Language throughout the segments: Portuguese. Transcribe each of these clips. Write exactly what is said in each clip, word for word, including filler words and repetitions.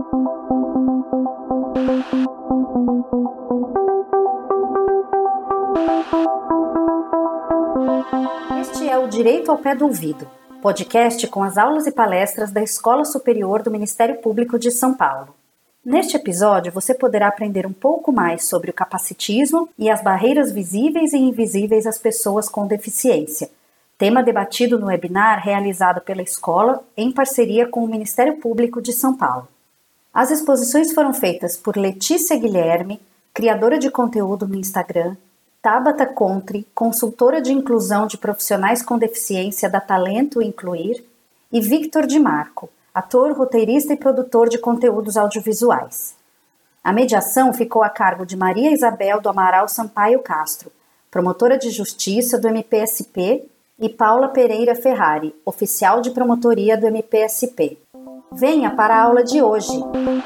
Este é o Direito ao Pé do Ouvido, podcast com as aulas e palestras da Escola Superior do Ministério Público de São Paulo. Neste episódio, você poderá aprender um pouco mais sobre o capacitismo e as barreiras visíveis e invisíveis às pessoas com deficiência, tema debatido no webinar realizado pela escola em parceria com o Ministério Público de São Paulo. As exposições foram feitas por Letícia Guilherme, criadora de conteúdo no Instagram, Tabata Contri, consultora de inclusão de profissionais com deficiência da Talento Incluir, e Victor Di Marco, ator, roteirista e produtor de conteúdos audiovisuais. A mediação ficou a cargo de Maria Isabel do Amaral Sampaio Castro, promotora de justiça do M P S P, e Paula Pereira Ferrari, oficial de promotoria do M P S P. Venha para a aula de hoje!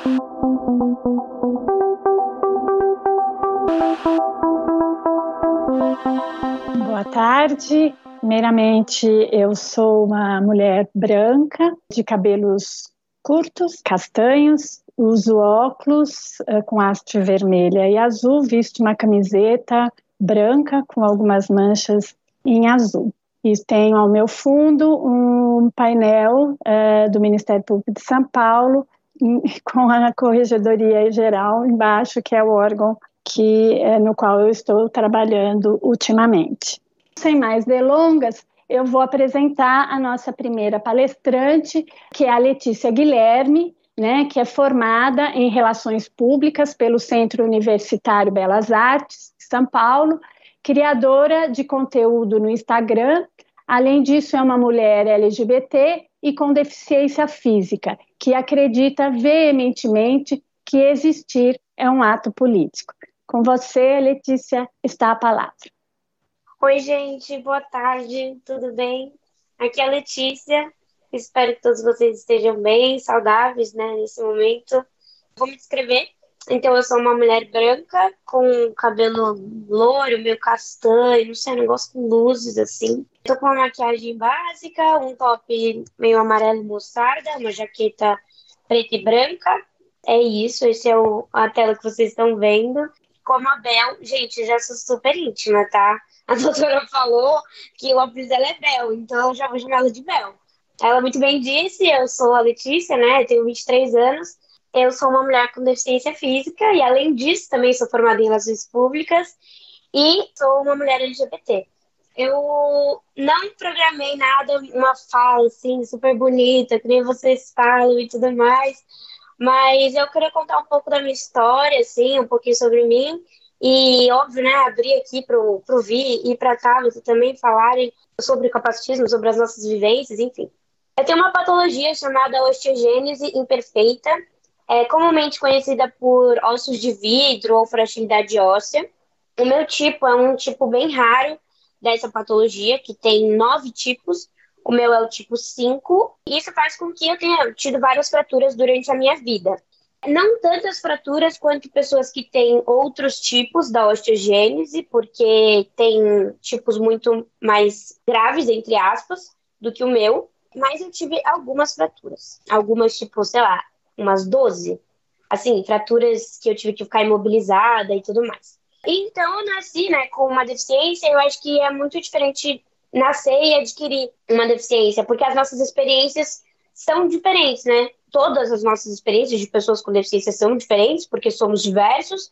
Boa tarde. Primeiramente, eu sou uma mulher branca, de cabelos curtos, castanhos, uso óculos uh, com haste vermelha e azul, visto uma camiseta branca com algumas manchas em azul. E tenho ao meu fundo um painel uh, do Ministério Público de São Paulo, em, com a Corregedoria Geral embaixo, que é o órgão que, uh, no qual eu estou trabalhando ultimamente. Sem mais delongas, eu vou apresentar a nossa primeira palestrante, que é a Letícia Guilherme, né, que é formada em Relações Públicas pelo Centro Universitário Belas Artes de São Paulo, criadora de conteúdo no Instagram. Além disso, é uma mulher L G B T e com deficiência física, que acredita veementemente que existir é um ato político. Com você, Letícia, está a palavra. Oi, gente, boa tarde, tudo bem? Aqui é a Letícia, espero que todos vocês estejam bem, saudáveis, né, nesse momento. Vou me descrever. Então, eu sou uma mulher branca, com cabelo loiro, meio castanho, não sei, um negócio com luzes, assim. Tô com uma maquiagem básica, um top meio amarelo mostarda, uma jaqueta preta e branca. É isso, esse é o, a tela que vocês estão vendo. Como a Bel, gente, eu já sou super íntima, tá? A doutora falou que o apelido dela é Bel, então eu já vou chamar ela de Bel. Ela muito bem disse, eu sou a Letícia, né? Eu tenho vinte e três anos. Eu sou uma mulher com deficiência física e, além disso, também sou formada em Relações Públicas e sou uma mulher L G B T. Eu não programei nada, uma fala, assim, super bonita, que nem vocês falam e tudo mais, mas eu queria contar um pouco da minha história, assim, um pouquinho sobre mim. E, óbvio, né, abrir aqui para o Vi e para a Tabata também falarem sobre o capacitismo, sobre as nossas vivências, enfim. Eu tenho uma patologia chamada osteogênese imperfeita, é comumente conhecida por ossos de vidro ou fragilidade óssea. O meu tipo é um tipo bem raro dessa patologia, que tem nove tipos. O meu é o tipo cinco. E isso faz com que eu tenha tido várias fraturas durante a minha vida. Não tantas fraturas quanto pessoas que têm outros tipos da osteogênese, porque tem tipos muito mais graves, entre aspas, do que o meu. Mas eu tive algumas fraturas. Algumas, tipo, sei lá, umas doze. Assim, fraturas que eu tive que ficar imobilizada e tudo mais. Então, eu nasci, né, com uma deficiência. Eu acho que é muito diferente nascer e adquirir uma deficiência, porque as nossas experiências são diferentes, né? Todas as nossas experiências de pessoas com deficiência são diferentes, porque somos diversos,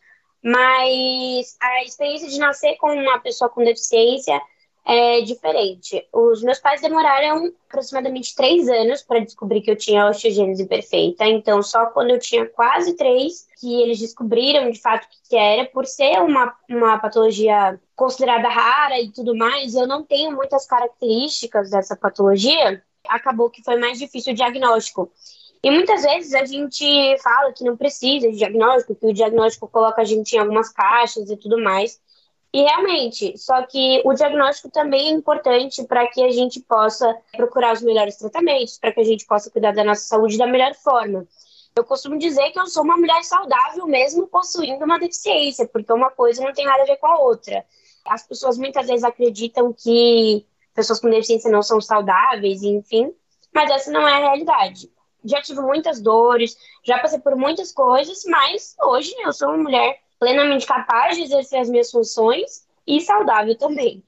mas a experiência de nascer com uma pessoa com deficiência é diferente. Os meus pais demoraram aproximadamente três anos para descobrir que eu tinha osteogênese imperfeita, então só quando eu tinha quase três que eles descobriram de fato o que era, por ser uma, uma patologia considerada rara e tudo mais, eu não tenho muitas características dessa patologia, acabou que foi mais difícil o diagnóstico. E muitas vezes a gente fala que não precisa de diagnóstico, que o diagnóstico coloca a gente em algumas caixas e tudo mais. E realmente, só que o diagnóstico também é importante para que a gente possa procurar os melhores tratamentos, para que a gente possa cuidar da nossa saúde da melhor forma. Eu costumo dizer que eu sou uma mulher saudável mesmo possuindo uma deficiência, porque uma coisa não tem nada a ver com a outra. As pessoas muitas vezes acreditam que pessoas com deficiência não são saudáveis, enfim, mas essa não é a realidade. já tive muitas dores, já passei por muitas coisas, mas hoje eu sou uma mulher plenamente capaz de exercer as minhas funções e saudável também.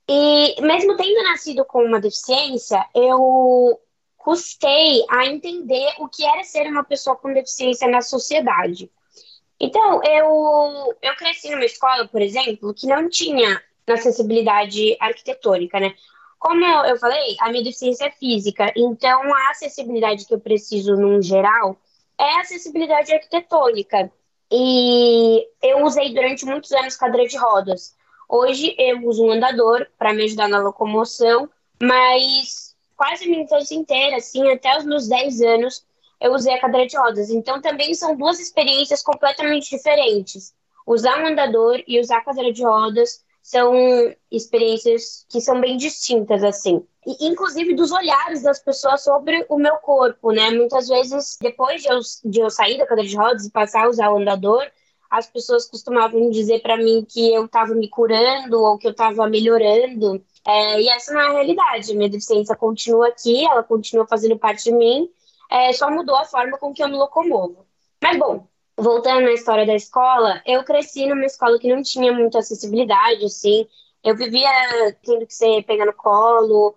E mesmo tendo nascido com uma deficiência, eu custei a entender o que era ser uma pessoa com deficiência na sociedade. Então, eu, eu cresci numa escola, por exemplo, que não tinha acessibilidade arquitetônica, né? Como eu falei, a minha deficiência é física, então a acessibilidade que eu preciso, num geral, é acessibilidade arquitetônica. E eu usei durante muitos anos cadeira de rodas. Hoje eu uso um andador para me ajudar na locomoção, mas quase a minha infância inteira, assim, até os meus dez anos, eu usei a cadeira de rodas. Então também são duas experiências completamente diferentes. Usar um andador e usar a cadeira de rodas são experiências que são bem distintas, assim. E, inclusive dos olhares das pessoas sobre o meu corpo, né? Muitas vezes, depois de eu, de eu sair da cadeira de rodas e passar a usar o andador, as pessoas costumavam dizer para mim que eu estava me curando ou que eu estava melhorando. É, e essa não é a realidade. Minha deficiência continua aqui, ela continua fazendo parte de mim, é, só mudou a forma com que eu me locomovo. Mas, bom, voltando à história da escola, eu cresci numa escola que não tinha muita acessibilidade, assim. Eu vivia tendo que ser pegar no colo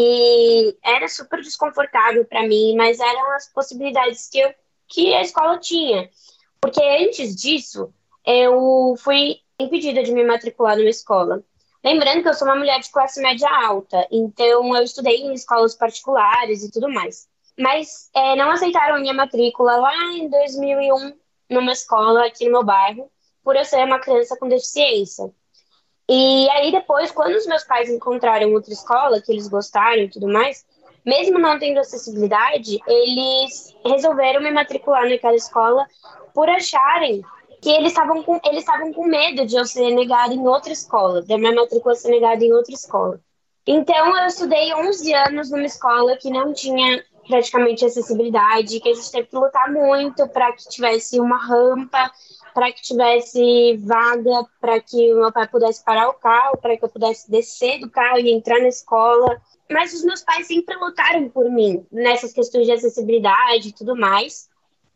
e era super desconfortável para mim, mas eram as possibilidades que, eu, que a escola tinha. Porque antes disso, eu fui impedida de me matricular numa escola. Lembrando que eu sou uma mulher de classe média alta, então eu estudei em escolas particulares e tudo mais. Mas é, não aceitaram minha matrícula lá em dois mil e um, numa escola aqui no meu bairro, por eu ser uma criança com deficiência. E aí depois, quando os meus pais encontraram outra escola, que eles gostaram e tudo mais, mesmo não tendo acessibilidade, eles resolveram me matricular naquela escola por acharem que eles estavam com, eles estavam com medo de eu ser negada em outra escola, da minha matrícula ser negada em outra escola. Então, eu estudei onze anos numa escola que não tinha praticamente acessibilidade, que a gente teve que lutar muito para que tivesse uma rampa, para que tivesse vaga, para que o meu pai pudesse parar o carro, para que eu pudesse descer do carro e entrar na escola. Mas os meus pais sempre lutaram por mim nessas questões de acessibilidade e tudo mais.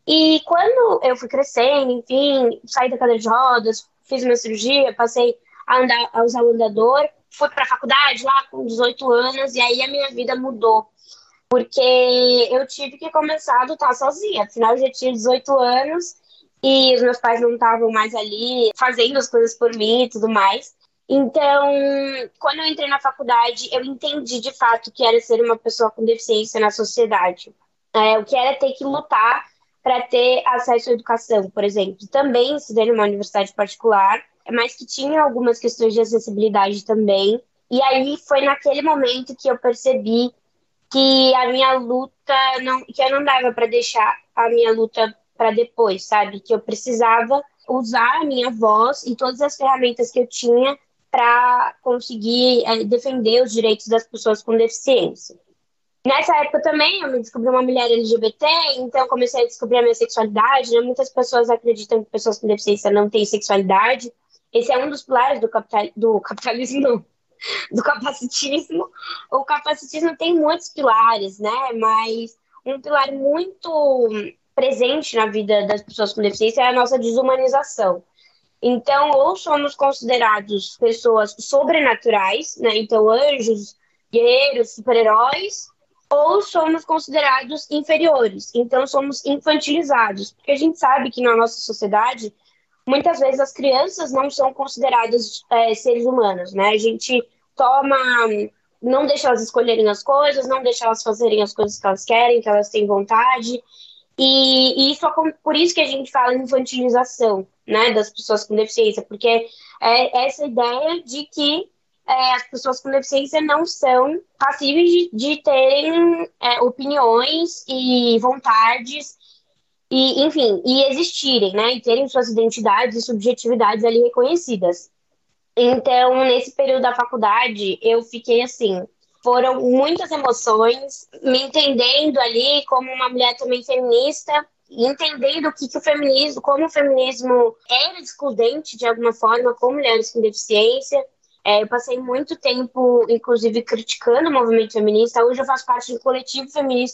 E quando eu fui crescendo, enfim, saí da cadeira de rodas, fiz uma cirurgia, passei a, andar, a usar o andador, fui para a faculdade lá com dezoito anos, e aí a minha vida mudou. Porque eu tive que começar a lutar sozinha. Afinal, eu já tinha dezoito anos e os meus pais não estavam mais ali fazendo as coisas por mim e tudo mais. Então, quando eu entrei na faculdade, eu entendi de fato o que era ser uma pessoa com deficiência na sociedade. É, o que era ter que lutar para ter acesso à educação, por exemplo. Também estudei numa universidade particular, mas que tinha algumas questões de acessibilidade também. E aí foi naquele momento que eu percebi que a minha luta, não, que eu não dava para deixar a minha luta para depois, sabe? Que eu precisava usar a minha voz e todas as ferramentas que eu tinha para conseguir é, defender os direitos das pessoas com deficiência. Nessa época também eu me descobri uma mulher L G B T, então comecei a descobrir a minha sexualidade, né? Muitas pessoas acreditam que pessoas com deficiência não têm sexualidade. Esse é um dos pilares do, capital, do capitalismo, não, do capacitismo. O capacitismo tem muitos pilares, né? Mas um pilar muito presente na vida das pessoas com deficiência é a nossa desumanização. Então, ou somos considerados pessoas sobrenaturais, né? Então, anjos, guerreiros, super-heróis, ou somos considerados inferiores, então somos infantilizados, porque a gente sabe que na nossa sociedade, muitas vezes as crianças não são consideradas é, seres humanos, né? A gente toma, não deixa elas escolherem as coisas, não deixa elas fazerem as coisas que elas querem, que elas têm vontade, e, e isso, por isso que a gente fala em infantilização, né, das pessoas com deficiência, porque é essa ideia de que É, as pessoas com deficiência não são passíveis de, de terem é, opiniões e vontades, e, enfim, e existirem, né? E terem suas identidades e subjetividades ali reconhecidas. Então, nesse período da faculdade, eu fiquei assim, foram muitas emoções, me entendendo ali como uma mulher também feminista, entendendo o que, que o feminismo, como o feminismo era excludente de alguma forma com mulheres com deficiência. É, eu passei muito tempo, inclusive, criticando o movimento feminista. Hoje eu faço parte de um coletivo feminista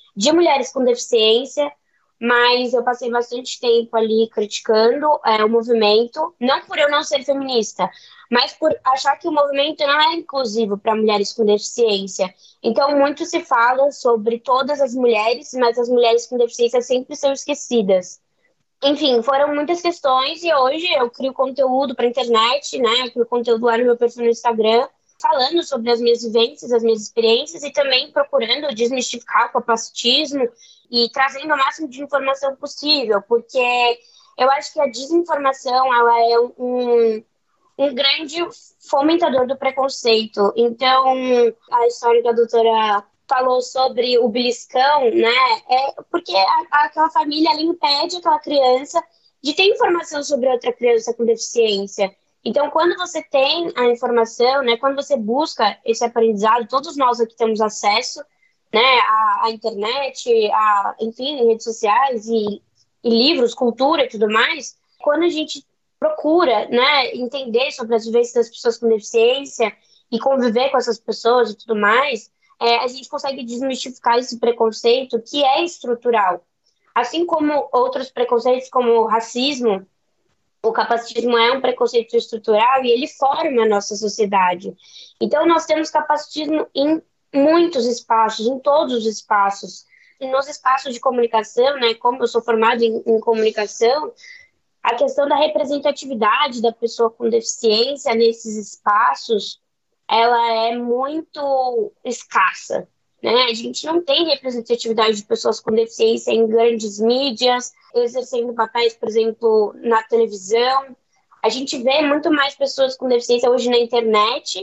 de mulheres com deficiência, mas eu passei bastante tempo ali criticando é, o movimento, não por eu não ser feminista, mas por achar que o movimento não é inclusivo para mulheres com deficiência. Então, muito se fala sobre todas as mulheres, mas as mulheres com deficiência sempre são esquecidas. Enfim, foram muitas questões e hoje eu crio conteúdo para a internet, né? Eu crio conteúdo lá no meu perfil no Instagram, falando sobre as minhas vivências, as minhas experiências e também procurando desmistificar o capacitismo e trazendo o máximo de informação possível, porque eu acho que a desinformação, ela é um, um grande fomentador do preconceito. Então, a história que a doutora falou sobre o beliscão, né? É porque a, aquela família ali impede aquela criança de ter informação sobre outra criança com deficiência. Então, quando você tem a informação, né? Quando você busca esse aprendizado, todos nós aqui temos acesso, né? À, à internet, a, enfim, redes sociais e, e livros, cultura e tudo mais. Quando a gente procura, né, entender sobre as vivências das pessoas com deficiência e conviver com essas pessoas e tudo mais, é, a gente consegue desmistificar esse preconceito que é estrutural. Assim como outros preconceitos, como o racismo, o capacitismo é um preconceito estrutural e ele forma a nossa sociedade. Então, nós temos capacitismo em muitos espaços, em todos os espaços. E nos espaços de comunicação, né, como eu sou formada em, em comunicação, a questão da representatividade da pessoa com deficiência nesses espaços, ela é muito escassa, né? A gente não tem representatividade de pessoas com deficiência em grandes mídias, exercendo papéis, por exemplo, na televisão. A gente vê muito mais pessoas com deficiência hoje na internet,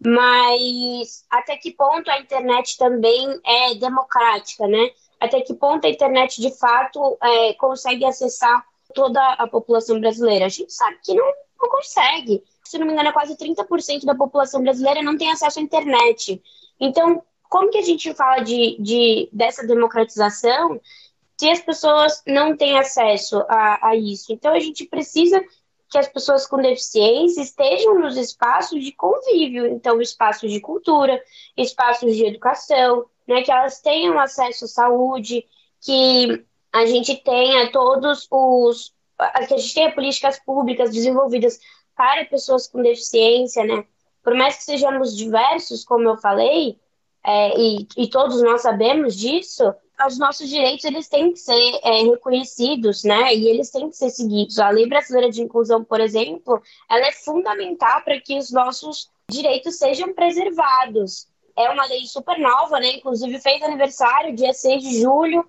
mas até que ponto a internet também é democrática, né? Até que ponto a internet, de fato, é, consegue acessar toda a população brasileira? A gente sabe que não, não consegue. Se não me engano, é quase trinta por cento da população brasileira não tem acesso à internet. Então, como que a gente fala de, de, dessa democratização se as pessoas não têm acesso a, a isso? Então, a gente precisa que as pessoas com deficiência estejam nos espaços de convívio, então, espaços de cultura, espaços de educação, né, que elas tenham acesso à saúde, que a gente tenha todos os... que a gente tenha políticas públicas desenvolvidas para pessoas com deficiência, né? Por mais que sejamos diversos, como eu falei, é, e, e todos nós sabemos disso, os nossos direitos eles têm que ser é, reconhecidos, né? E eles têm que ser seguidos. A Lei Brasileira de Inclusão, por exemplo, ela é fundamental para que os nossos direitos sejam preservados. É uma lei super nova, né? Inclusive fez aniversário, dia seis de julho,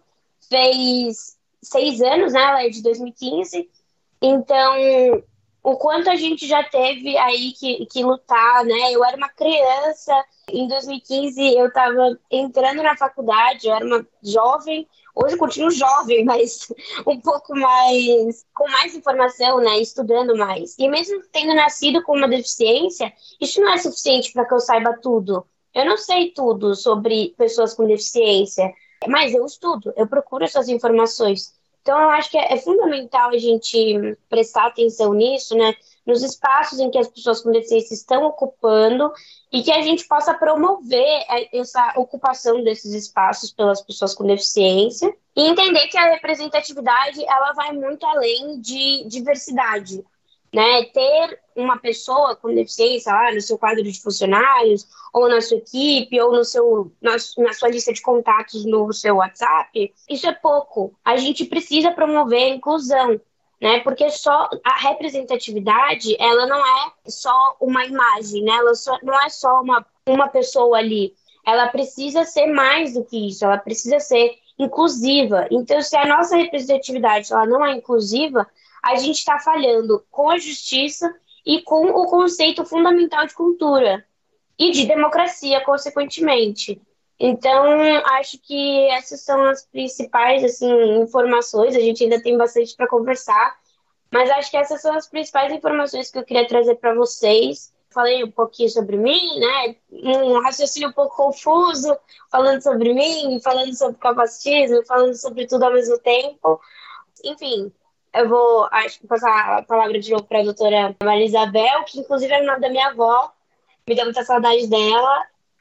fez seis anos, né? Ela é de dois mil e quinze. Então, o quanto a gente já teve aí que, que lutar, né? Eu era uma criança, em dois mil e quinze eu estava entrando na faculdade, eu era uma jovem, hoje eu continuo jovem, mas um pouco mais, com mais informação, né? Estudando mais. E mesmo tendo nascido com uma deficiência, isso não é suficiente para que eu saiba tudo. Eu não sei tudo sobre pessoas com deficiência, mas eu estudo, eu procuro essas informações. Então, eu acho que é, é fundamental a gente prestar atenção nisso, né? Nos espaços em que as pessoas com deficiência estão ocupando e que a gente possa promover essa ocupação desses espaços pelas pessoas com deficiência e entender que a representatividade, ela vai muito além de diversidade, né? Ter uma pessoa com deficiência lá no seu quadro de funcionários, ou na sua equipe, ou no seu, na, na sua lista de contatos no seu WhatsApp, isso é pouco. A gente precisa promover a inclusão, né? Porque só a representatividade, ela não é só uma imagem, né? Ela só, não é só uma, uma pessoa ali. Ela precisa ser mais do que isso, ela precisa ser inclusiva. Então, se a nossa representatividade ela não é inclusiva, a gente está falhando com a justiça e com o conceito fundamental de cultura e de democracia, consequentemente. Então, acho que essas são as principais assim, informações. A gente ainda tem bastante para conversar, mas acho que essas são as principais informações que eu queria trazer para vocês. Falei um pouquinho sobre mim, né? Um raciocínio um pouco confuso, falando sobre mim, falando sobre capacitismo, falando sobre tudo ao mesmo tempo. Enfim, eu vou acho, passar a palavra de novo para a doutora Maria Isabel, que inclusive é o nome da minha avó, me deu muita saudade dela.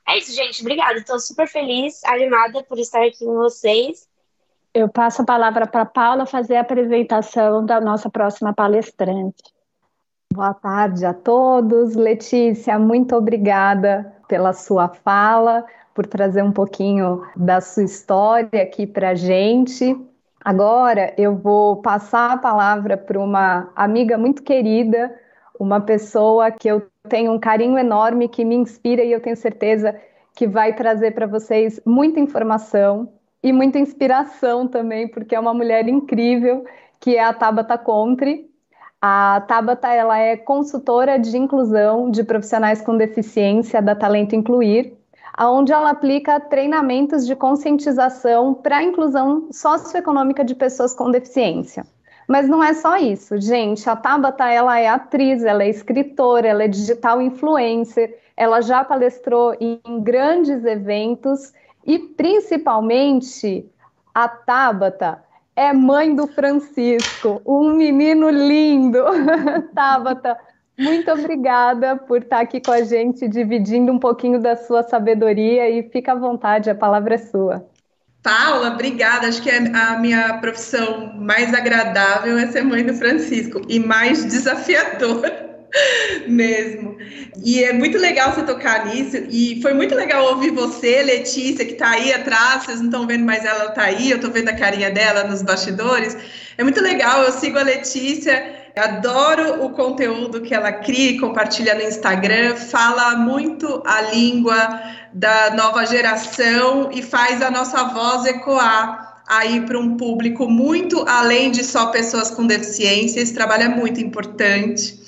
É isso, gente. Obrigada. Estou super feliz, animada por estar aqui com vocês. Eu passo a palavra para a Paula fazer a apresentação da nossa próxima palestrante. Boa tarde a todos. Letícia, muito obrigada pela sua fala, por trazer um pouquinho da sua história aqui para a gente. Agora eu vou passar a palavra para uma amiga muito querida, uma pessoa que eu tenho um carinho enorme, que me inspira e eu tenho certeza que vai trazer para vocês muita informação e muita inspiração também, porque é uma mulher incrível, que é a Tabata Contri. A Tabata, ela é consultora de inclusão de profissionais com deficiência da Talento Incluir, onde ela aplica treinamentos de conscientização para a inclusão socioeconômica de pessoas com deficiência. Mas não é só isso, gente. A Tabata, ela é atriz, ela é escritora, ela é digital influencer, ela já palestrou em grandes eventos e, principalmente, a Tabata é mãe do Francisco, um menino lindo. Tabata, muito obrigada por estar aqui com a gente, dividindo um pouquinho da sua sabedoria, e fica à vontade, a palavra é sua. Paula, obrigada. Acho que a minha profissão mais agradável é ser mãe do Francisco e mais desafiadora mesmo. E é muito legal você tocar nisso, e foi muito legal ouvir você, Letícia, que está aí atrás. Vocês não estão vendo, mas ela está aí, eu estou vendo a carinha dela nos bastidores. É muito legal, eu sigo a Letícia, adoro o conteúdo que ela cria e compartilha no Instagram, fala muito a língua da nova geração e faz a nossa voz ecoar aí para um público muito além de só pessoas com deficiência. Esse trabalho é muito importante.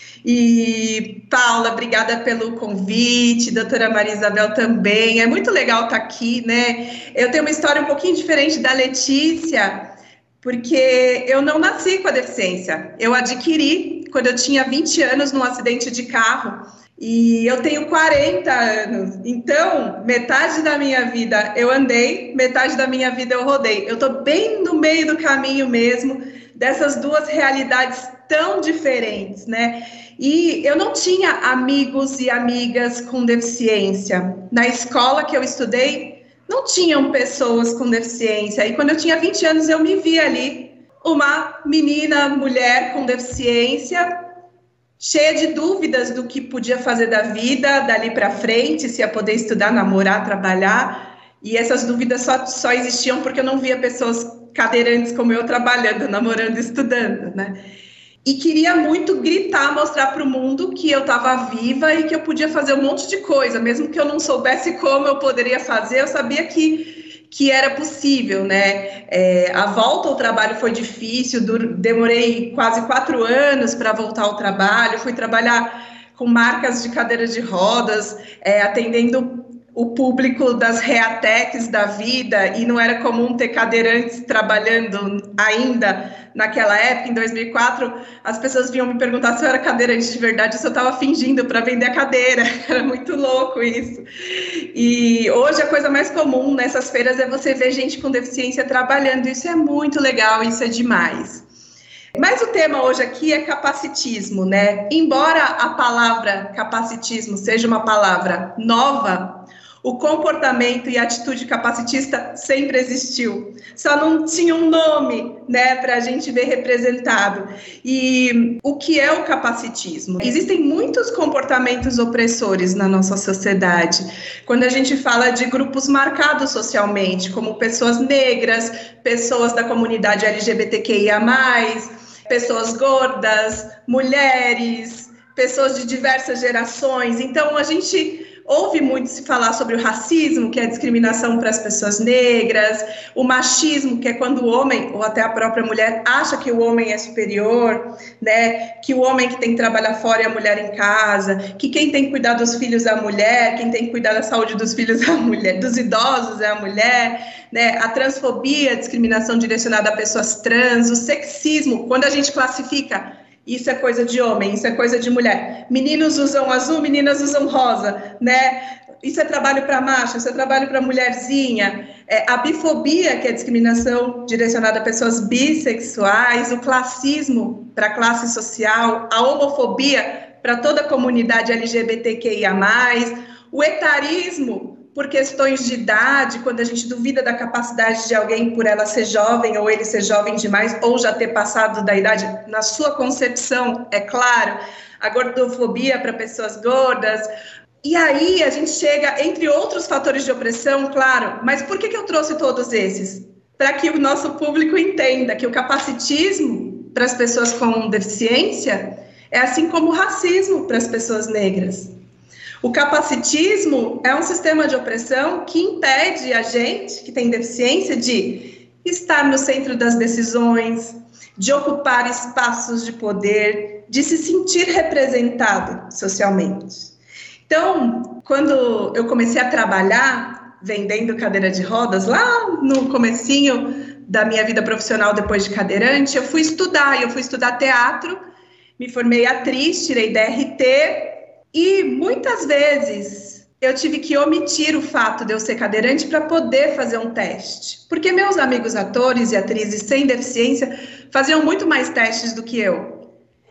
E, Paula, obrigada pelo convite, doutora Maria Isabel também, é muito legal estar aqui, né? Eu tenho uma história um pouquinho diferente da Letícia, porque eu não nasci com a deficiência, eu adquiri quando eu tinha vinte anos num acidente de carro, e eu tenho quarenta anos, então metade da minha vida eu andei, metade da minha vida eu rodei. Eu estou bem no meio do caminho mesmo, dessas duas realidades tão diferentes, né? E eu não tinha amigos e amigas com deficiência. Na escola que eu estudei, não tinham pessoas com deficiência. E quando eu tinha vinte anos, eu me vi ali, uma menina, mulher com deficiência, cheia de dúvidas do que podia fazer da vida, dali para frente, se ia poder estudar, namorar, trabalhar. E essas dúvidas só, só existiam porque eu não via pessoas cadeirantes como eu trabalhando, namorando, estudando, né? E queria muito gritar, mostrar para o mundo que eu estava viva e que eu podia fazer um monte de coisa, mesmo que eu não soubesse como eu poderia fazer, eu sabia que, que era possível, né? É, a volta ao trabalho foi difícil, demorei quase quatro anos para voltar ao trabalho, fui trabalhar com marcas de cadeiras de rodas, é, atendendo o público das Reatecs da vida, e não era comum ter cadeirantes trabalhando ainda naquela época. Em dois mil e quatro, as pessoas vinham me perguntar se eu era cadeirante de verdade, se eu estava fingindo para vender a cadeira. Era muito louco isso. E hoje a coisa mais comum nessas feiras é você ver gente com deficiência trabalhando. Isso é muito legal, isso é demais. Mas o tema hoje aqui é capacitismo, né? Embora a palavra capacitismo seja uma palavra nova, o comportamento e a atitude capacitista sempre existiu, só não tinha um nome, né, para a gente ver representado. E o que é o capacitismo? Existem muitos comportamentos opressores na nossa sociedade. Quando a gente fala de grupos marcados socialmente, como pessoas negras, pessoas da comunidade L G B T Q I A mais, pessoas gordas, mulheres, pessoas de diversas gerações. Então, a gente ouve muito se falar sobre o racismo, que é a discriminação para as pessoas negras, o machismo, que é quando o homem, ou até a própria mulher, acha que o homem é superior, né? Que o homem que tem que trabalhar fora é a mulher em casa, que quem tem que cuidar dos filhos é a mulher, quem tem que cuidar da saúde dos filhos é a mulher, dos idosos é a mulher, né? A transfobia, a discriminação direcionada a pessoas trans, o sexismo, quando a gente classifica: isso é coisa de homem, isso é coisa de mulher. Meninos usam azul, meninas usam rosa, né? Isso é trabalho para macho, isso é trabalho para mulherzinha. É, a bifobia, que é discriminação direcionada a pessoas bissexuais, o classismo para a classe social, a homofobia para toda a comunidade L G B T Q I A mais, O etarismo, por questões de idade, quando a gente duvida da capacidade de alguém por ela ser jovem ou ele ser jovem demais ou já ter passado da idade, na sua concepção, é claro, a gordofobia para pessoas gordas. E aí a gente chega, entre outros fatores de opressão, claro, mas por que que eu trouxe todos esses? Para que o nosso público entenda que o capacitismo para as pessoas com deficiência é assim como o racismo para as pessoas negras. O capacitismo é um sistema de opressão que impede a gente que tem deficiência de estar no centro das decisões, de ocupar espaços de poder, de se sentir representado socialmente. Então, quando eu comecei a trabalhar vendendo cadeira de rodas, lá no comecinho da minha vida profissional depois de cadeirante, eu fui estudar, eu fui estudar teatro, me formei atriz, tirei D R T, e muitas vezes eu tive que omitir o fato de eu ser cadeirante para poder fazer um teste. Porque meus amigos atores e atrizes sem deficiência faziam muito mais testes do que eu.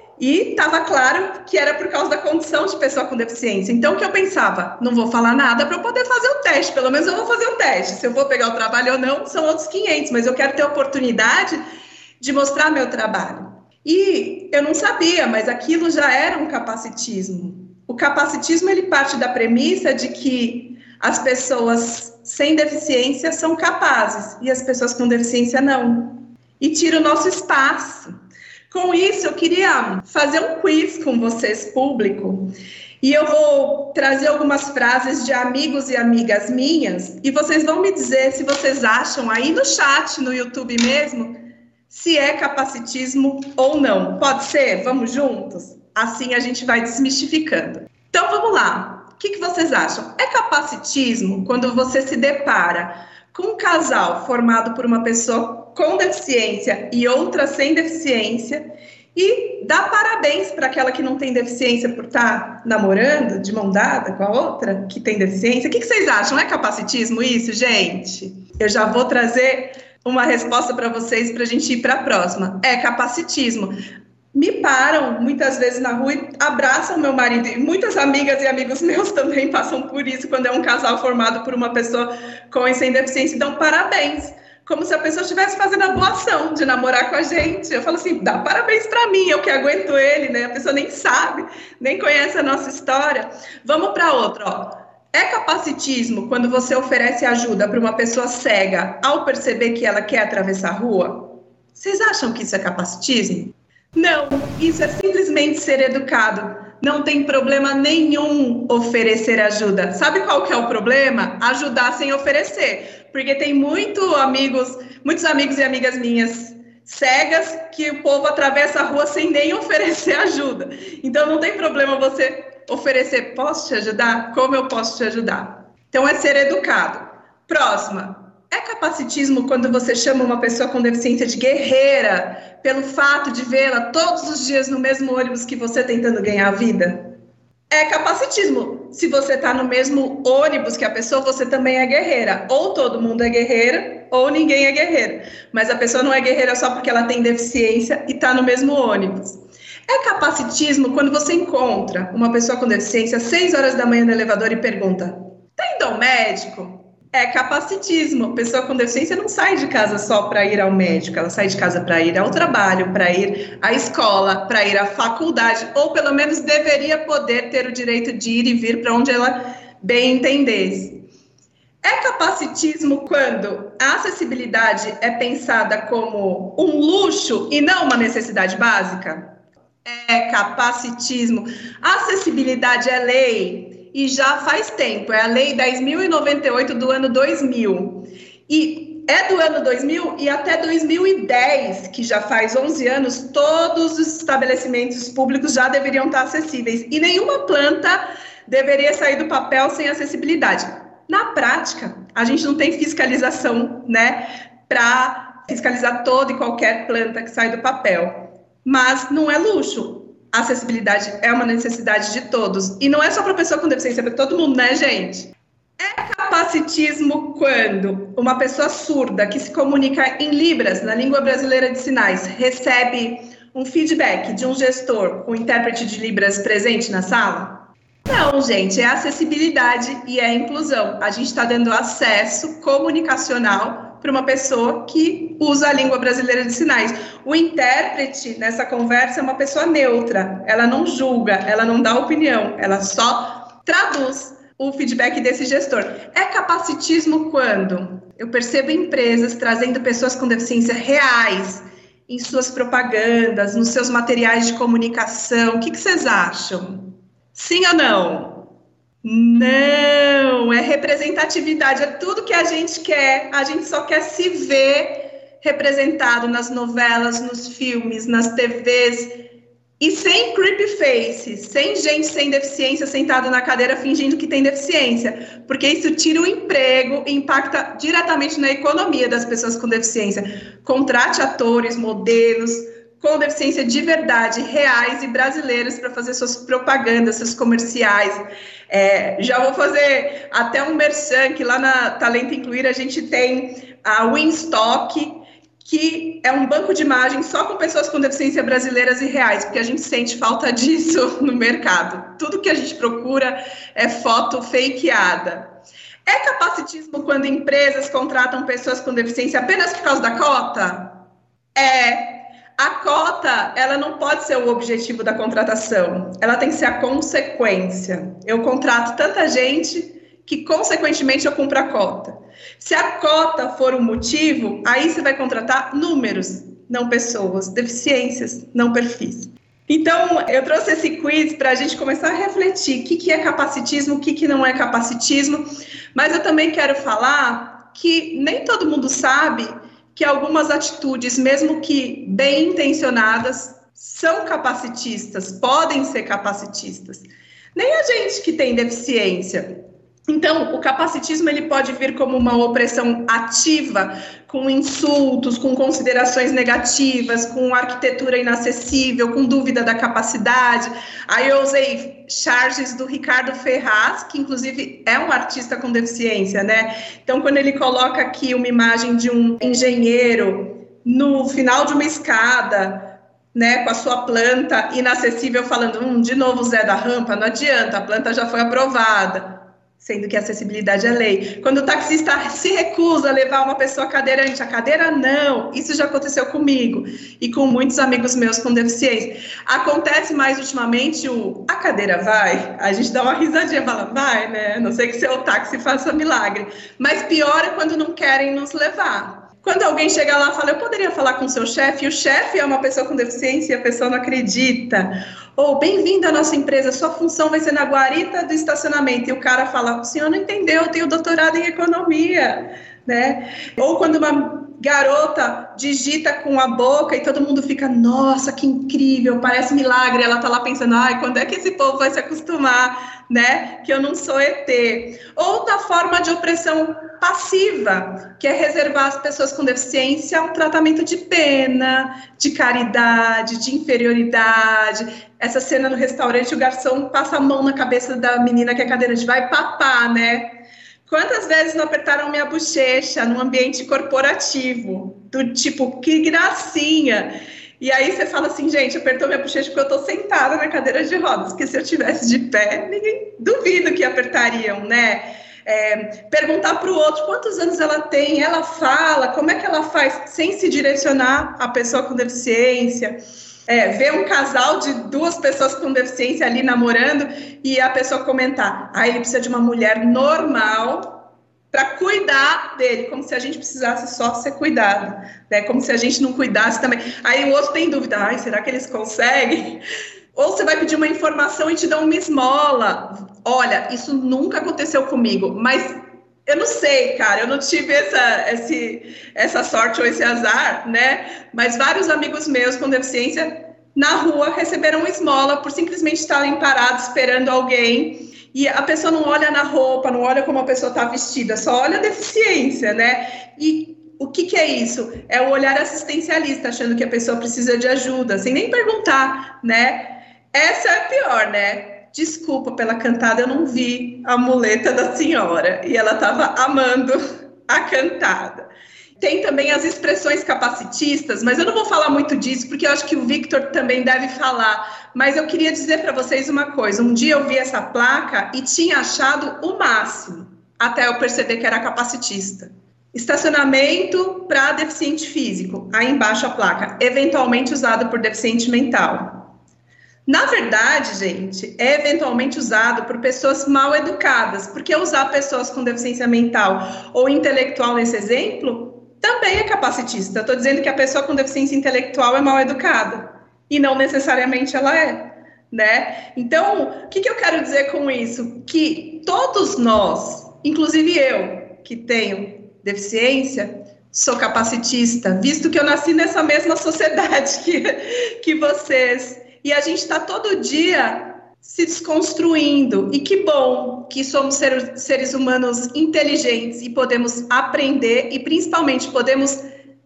E estava claro que era por causa da condição de pessoa com deficiência. Então, o que eu pensava? Não vou falar nada para eu poder fazer o teste. Pelo menos eu vou fazer o teste. Se eu vou pegar o trabalho ou não, são outros quinhentos. Mas eu quero ter a oportunidade de mostrar meu trabalho. E eu não sabia, mas aquilo já era um capacitismo. O capacitismo, ele parte da premissa de que as pessoas sem deficiência são capazes e as pessoas com deficiência não. E tira o nosso espaço. Com isso, eu queria fazer um quiz com vocês, público, e eu vou trazer algumas frases de amigos e amigas minhas, e vocês vão me dizer se vocês acham aí no chat, no YouTube mesmo, se é capacitismo ou não. Pode ser? Vamos juntos? Assim a gente vai desmistificando. Então, vamos lá. O que que vocês acham? É capacitismo quando você se depara com um casal formado por uma pessoa com deficiência e outra sem deficiência e dá parabéns para aquela que não tem deficiência por estar namorando de mão dada com a outra que tem deficiência? O que que vocês acham? É capacitismo isso, gente? Eu já vou trazer uma resposta para vocês para a gente ir para a próxima. É capacitismo. Me param muitas vezes na rua e abraçam meu marido. E muitas amigas e amigos meus também passam por isso quando é um casal formado por uma pessoa com e sem deficiência e dão parabéns. Como se a pessoa estivesse fazendo a boa ação de namorar com a gente. Eu falo assim, dá parabéns para mim, eu que aguento ele, né? A pessoa nem sabe, nem conhece a nossa história. Vamos para outra, ó. É capacitismo quando você oferece ajuda para uma pessoa cega ao perceber que ela quer atravessar a rua? Vocês acham que isso é capacitismo? Não, isso é simplesmente ser educado. Não tem problema nenhum oferecer ajuda. Sabe qual que é o problema? Ajudar sem oferecer. Porque tem muito amigos, muitos amigos e amigas minhas cegas que o povo atravessa a rua sem nem oferecer ajuda. Então não tem problema você oferecer, posso te ajudar? Como eu posso te ajudar? Então é ser educado. Próxima. É capacitismo quando você chama uma pessoa com deficiência de guerreira pelo fato de vê-la todos os dias no mesmo ônibus que você tentando ganhar a vida? É capacitismo. Se você está no mesmo ônibus que a pessoa, você também é guerreira. Ou todo mundo é guerreira, ou ninguém é guerreiro. Mas a pessoa não é guerreira só porque ela tem deficiência e está no mesmo ônibus. É capacitismo quando você encontra uma pessoa com deficiência às seis horas da manhã no elevador e pergunta: tá indo ao médico? É capacitismo. A pessoa com deficiência não sai de casa só para ir ao médico, ela sai de casa para ir ao trabalho, para ir à escola, para ir à faculdade, ou pelo menos deveria poder ter o direito de ir e vir para onde ela bem entendesse. É capacitismo quando a acessibilidade é pensada como um luxo e não uma necessidade básica? É capacitismo. A acessibilidade é lei. E já faz tempo, é a Lei dez mil e noventa e oito do ano dois mil. E é do ano dois mil e até dois mil e dez, que já faz onze anos, todos os estabelecimentos públicos já deveriam estar acessíveis. E nenhuma planta deveria sair do papel sem acessibilidade. Na prática, a gente não tem fiscalização, né, para fiscalizar toda e qualquer planta que sai do papel. Mas não é luxo. A acessibilidade é uma necessidade de todos. E não é só para pessoa com deficiência, é para todo mundo, né, gente? É capacitismo quando uma pessoa surda que se comunica em Libras, na língua brasileira de sinais, recebe um feedback de um gestor com intérprete de Libras presente na sala? Não, gente, é acessibilidade e é inclusão. A gente está dando acesso comunicacional para uma pessoa que usa a língua brasileira de sinais. O intérprete nessa conversa é uma pessoa neutra, ela não julga, ela não dá opinião, ela só traduz o feedback desse gestor. É capacitismo quando eu percebo empresas trazendo pessoas com deficiência reais em suas propagandas, nos seus materiais de comunicação. O que, que vocês acham? Sim ou não? Não, é representatividade, é tudo que a gente quer, a gente só quer se ver representado nas novelas, nos filmes, nas T Vs, e sem creepy face, sem gente sem deficiência sentada na cadeira fingindo que tem deficiência, porque isso tira o emprego e impacta diretamente na economia das pessoas com deficiência. Contrate atores, modelos com deficiência de verdade, reais e brasileiros, para fazer suas propagandas, seus comerciais. É, já vou fazer até um merchan, que lá na Talento Incluir a gente tem a Winstock, que é um banco de imagens só com pessoas com deficiência brasileiras e reais, porque a gente sente falta disso no mercado. Tudo que a gente procura é foto fakeada. É capacitismo quando empresas contratam pessoas com deficiência apenas por causa da cota? É. A cota, ela não pode ser o objetivo da contratação, ela tem que ser a consequência. Eu contrato tanta gente que, consequentemente, eu cumpro a cota. Se a cota for o motivo, aí você vai contratar números, não pessoas, deficiências, não perfis. Então, eu trouxe esse quiz para a gente começar a refletir o que, que é capacitismo, o que, que não é capacitismo, mas eu também quero falar que nem todo mundo sabe que algumas atitudes, mesmo que bem intencionadas, são capacitistas, podem ser capacitistas. Nem a gente que tem deficiência. Então, o capacitismo ele pode vir como uma opressão ativa, com insultos, com considerações negativas, com arquitetura inacessível, com dúvida da capacidade. Aí eu usei charges do Ricardo Ferraz, que inclusive é um artista com deficiência, né? Então, quando ele coloca aqui uma imagem de um engenheiro no final de uma escada, né, com a sua planta inacessível, falando, hum, de novo Zé da rampa, não adianta, a planta já foi aprovada. Sendo que a acessibilidade é lei. Quando o taxista se recusa a levar uma pessoa cadeirante, a cadeira não, isso já aconteceu comigo e com muitos amigos meus com deficiência. Acontece mais ultimamente o, a cadeira vai, a gente dá uma risadinha e fala, vai, né, a não sei que seu táxi faça milagre. Mas pior é quando não querem nos levar. Quando alguém chega lá e fala, eu poderia falar com o seu chefe, e o chefe é uma pessoa com deficiência e a pessoa não acredita. Ou, bem-vindo à nossa empresa, sua função vai ser na guarita do estacionamento. E o cara fala, o senhor não entendeu, eu tenho doutorado em economia, né? Ou quando uma garota digita com a boca e todo mundo fica, nossa, que incrível, parece milagre. Ela tá lá pensando, ai, quando é que esse povo vai se acostumar, né? Que eu não sou E T. Ou da forma de opressão passiva, que é reservar às pessoas com deficiência um tratamento de pena, de caridade, de inferioridade. Essa cena no restaurante, o garçom passa a mão na cabeça da menina que é cadeirante, vai papar, né? Quantas vezes não apertaram minha bochecha num ambiente corporativo, do tipo, que gracinha. E aí você fala assim, gente, apertou minha bochecha porque eu tô sentada na cadeira de rodas, porque se eu tivesse de pé, ninguém duvido que apertariam, né? É, perguntar para o outro quantos anos ela tem, ela fala, como é que ela faz sem se direcionar à pessoa com deficiência. É, ver um casal de duas pessoas com deficiência ali namorando e a pessoa comentar, ah, ele precisa de uma mulher normal para cuidar dele, como se a gente precisasse só ser cuidado, né? Como se a gente não cuidasse também. Aí o outro tem dúvida, ai, será que eles conseguem? Ou você vai pedir uma informação e te dão uma esmola. Olha, isso nunca aconteceu comigo, mas eu não sei, cara, eu não tive essa, esse, essa sorte ou esse azar, né? Mas vários amigos meus com deficiência na rua receberam uma esmola por simplesmente estarem parados esperando alguém. E a pessoa não olha na roupa, não olha como a pessoa está vestida, só olha a deficiência, né? E o que, que é isso? É o olhar assistencialista, achando que a pessoa precisa de ajuda, sem nem perguntar, né? Essa é a pior, né? Desculpa pela cantada, eu não vi a muleta da senhora. E ela estava amando a cantada. tem também as expressões capacitistas, mas eu não vou falar muito disso, porque eu acho que o Victor também deve falar. Mas eu queria dizer para vocês uma coisa. Um dia eu vi essa placa e tinha achado o máximo, até eu perceber que era capacitista. Estacionamento para deficiente físico. Aí embaixo a placa, eventualmente usado por deficiente mental. Na verdade, gente, é eventualmente usado por pessoas mal educadas, porque usar pessoas com deficiência mental ou intelectual nesse exemplo também é capacitista. Estou dizendo que a pessoa com deficiência intelectual é mal educada, e não necessariamente ela é, né? Então, o que, que eu quero dizer com isso? Que todos nós, inclusive eu, que tenho deficiência, sou capacitista, visto que eu nasci nessa mesma sociedade que, que vocês... E a gente está todo dia se desconstruindo. E que bom que somos ser, seres humanos inteligentes e podemos aprender e, principalmente, podemos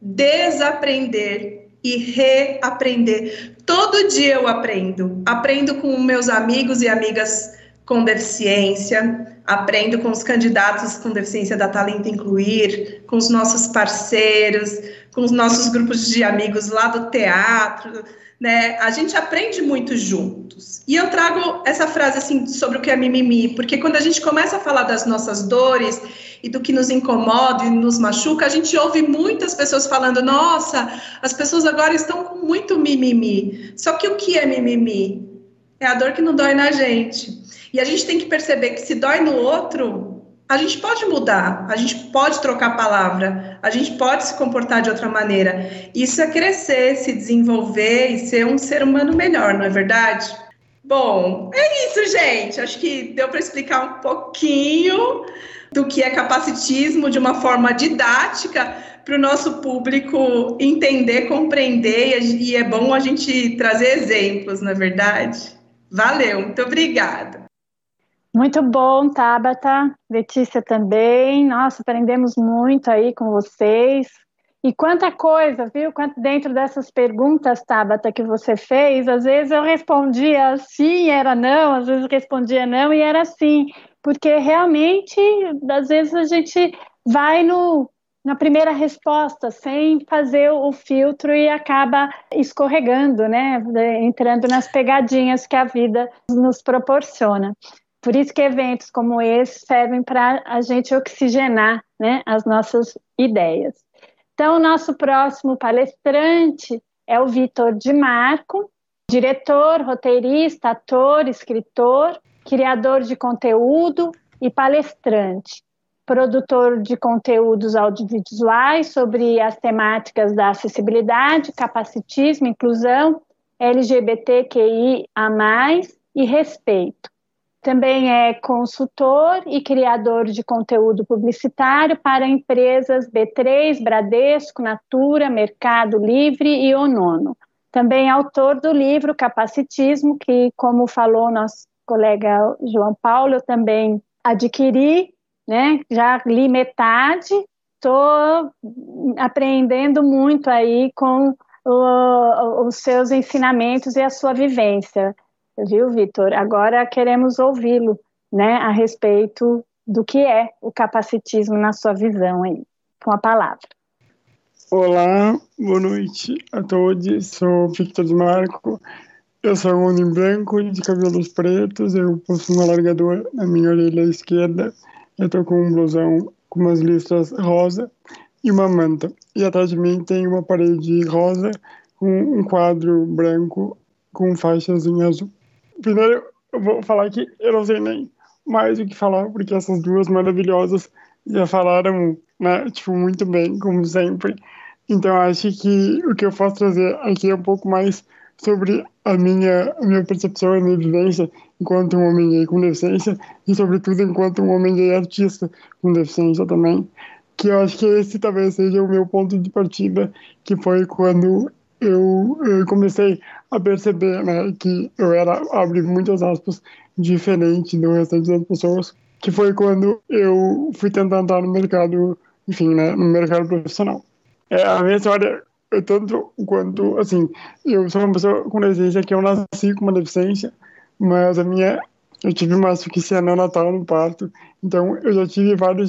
desaprender e reaprender. Todo dia eu aprendo. Aprendo com meus amigos e amigas com deficiência, aprendo com os candidatos com deficiência da Talento Incluir, com os nossos parceiros, com os nossos grupos de amigos lá do teatro, né? A gente aprende muito juntos. E eu trago essa frase assim sobre o que é mimimi, porque quando a gente começa a falar das nossas dores e do que nos incomoda e nos machuca, a gente ouve muitas pessoas falando: nossa, as pessoas agora estão com muito mimimi. Só que o que é mimimi? É a dor que não dói na gente. E a gente tem que perceber que se dói no outro, a gente pode mudar, a gente pode trocar a palavra, a gente pode se comportar de outra maneira. Isso é crescer, se desenvolver e ser um ser humano melhor, não é verdade? Bom, é isso, gente. Acho que deu para explicar um pouquinho do que é capacitismo de uma forma didática para o nosso público entender, compreender, e é bom a gente trazer exemplos, não é verdade? Valeu, muito obrigada. Muito bom, Tabata, Letícia também. Nossa, aprendemos muito aí com vocês. E quanta coisa, viu? Quanto dentro dessas perguntas, Tabata, que você fez, às vezes eu respondia sim, era não, às vezes eu respondia não e era sim. Porque realmente, às vezes a gente vai no, na primeira resposta, sem fazer o filtro e acaba escorregando, né? Entrando nas pegadinhas que a vida nos proporciona. Por isso que eventos como esse servem para a gente oxigenar, né, as nossas ideias. Então, o nosso próximo palestrante é o Vitor Di Marco, diretor, roteirista, ator, escritor, criador de conteúdo e palestrante, produtor de conteúdos audiovisuais sobre as temáticas da acessibilidade, capacitismo, inclusão, L G B T Q I A mais, e respeito. Também é consultor e criador de conteúdo publicitário para empresas B três, Bradesco, Natura, Mercado Livre e Onono. Também é autor do livro Capacitismo, que, como falou nosso colega João Paulo, eu também adquiri, né? Já li metade, estou aprendendo muito aí com o, os seus ensinamentos e a sua vivência. Viu, Vitor? Agora queremos ouvi-lo, né, a respeito do que é o capacitismo na sua visão aí, com a palavra. Olá, boa noite a todos. Sou Victor Di Marco. Eu sou um homem branco de cabelos pretos. Eu possuo um alargador na minha orelha esquerda. Eu estou com um blusão com umas listras rosa e uma manta. E atrás de mim tem uma parede rosa com um quadro branco com faixas em azul. Primeiro, eu vou falar que eu não sei nem mais o que falar, porque essas duas maravilhosas já falaram, né, tipo, muito bem, como sempre. Então, acho que o que eu posso trazer aqui é um pouco mais sobre a minha, a minha percepção, a minha vivência enquanto um homem gay com deficiência e, sobretudo, enquanto um homem gay artista com deficiência também, que eu acho que esse talvez seja o meu ponto de partida, que foi quando eu, eu comecei a perceber, né, que eu era, abre muitas aspas, diferente do restante das pessoas, que foi quando eu fui tentar entrar no mercado, enfim, né, no mercado profissional. É, a minha história, eu, tanto quanto, assim, eu sou uma pessoa com deficiência que eu nasci com uma deficiência, mas a minha, eu tive uma asfixia neonatal no parto, então eu já tive vários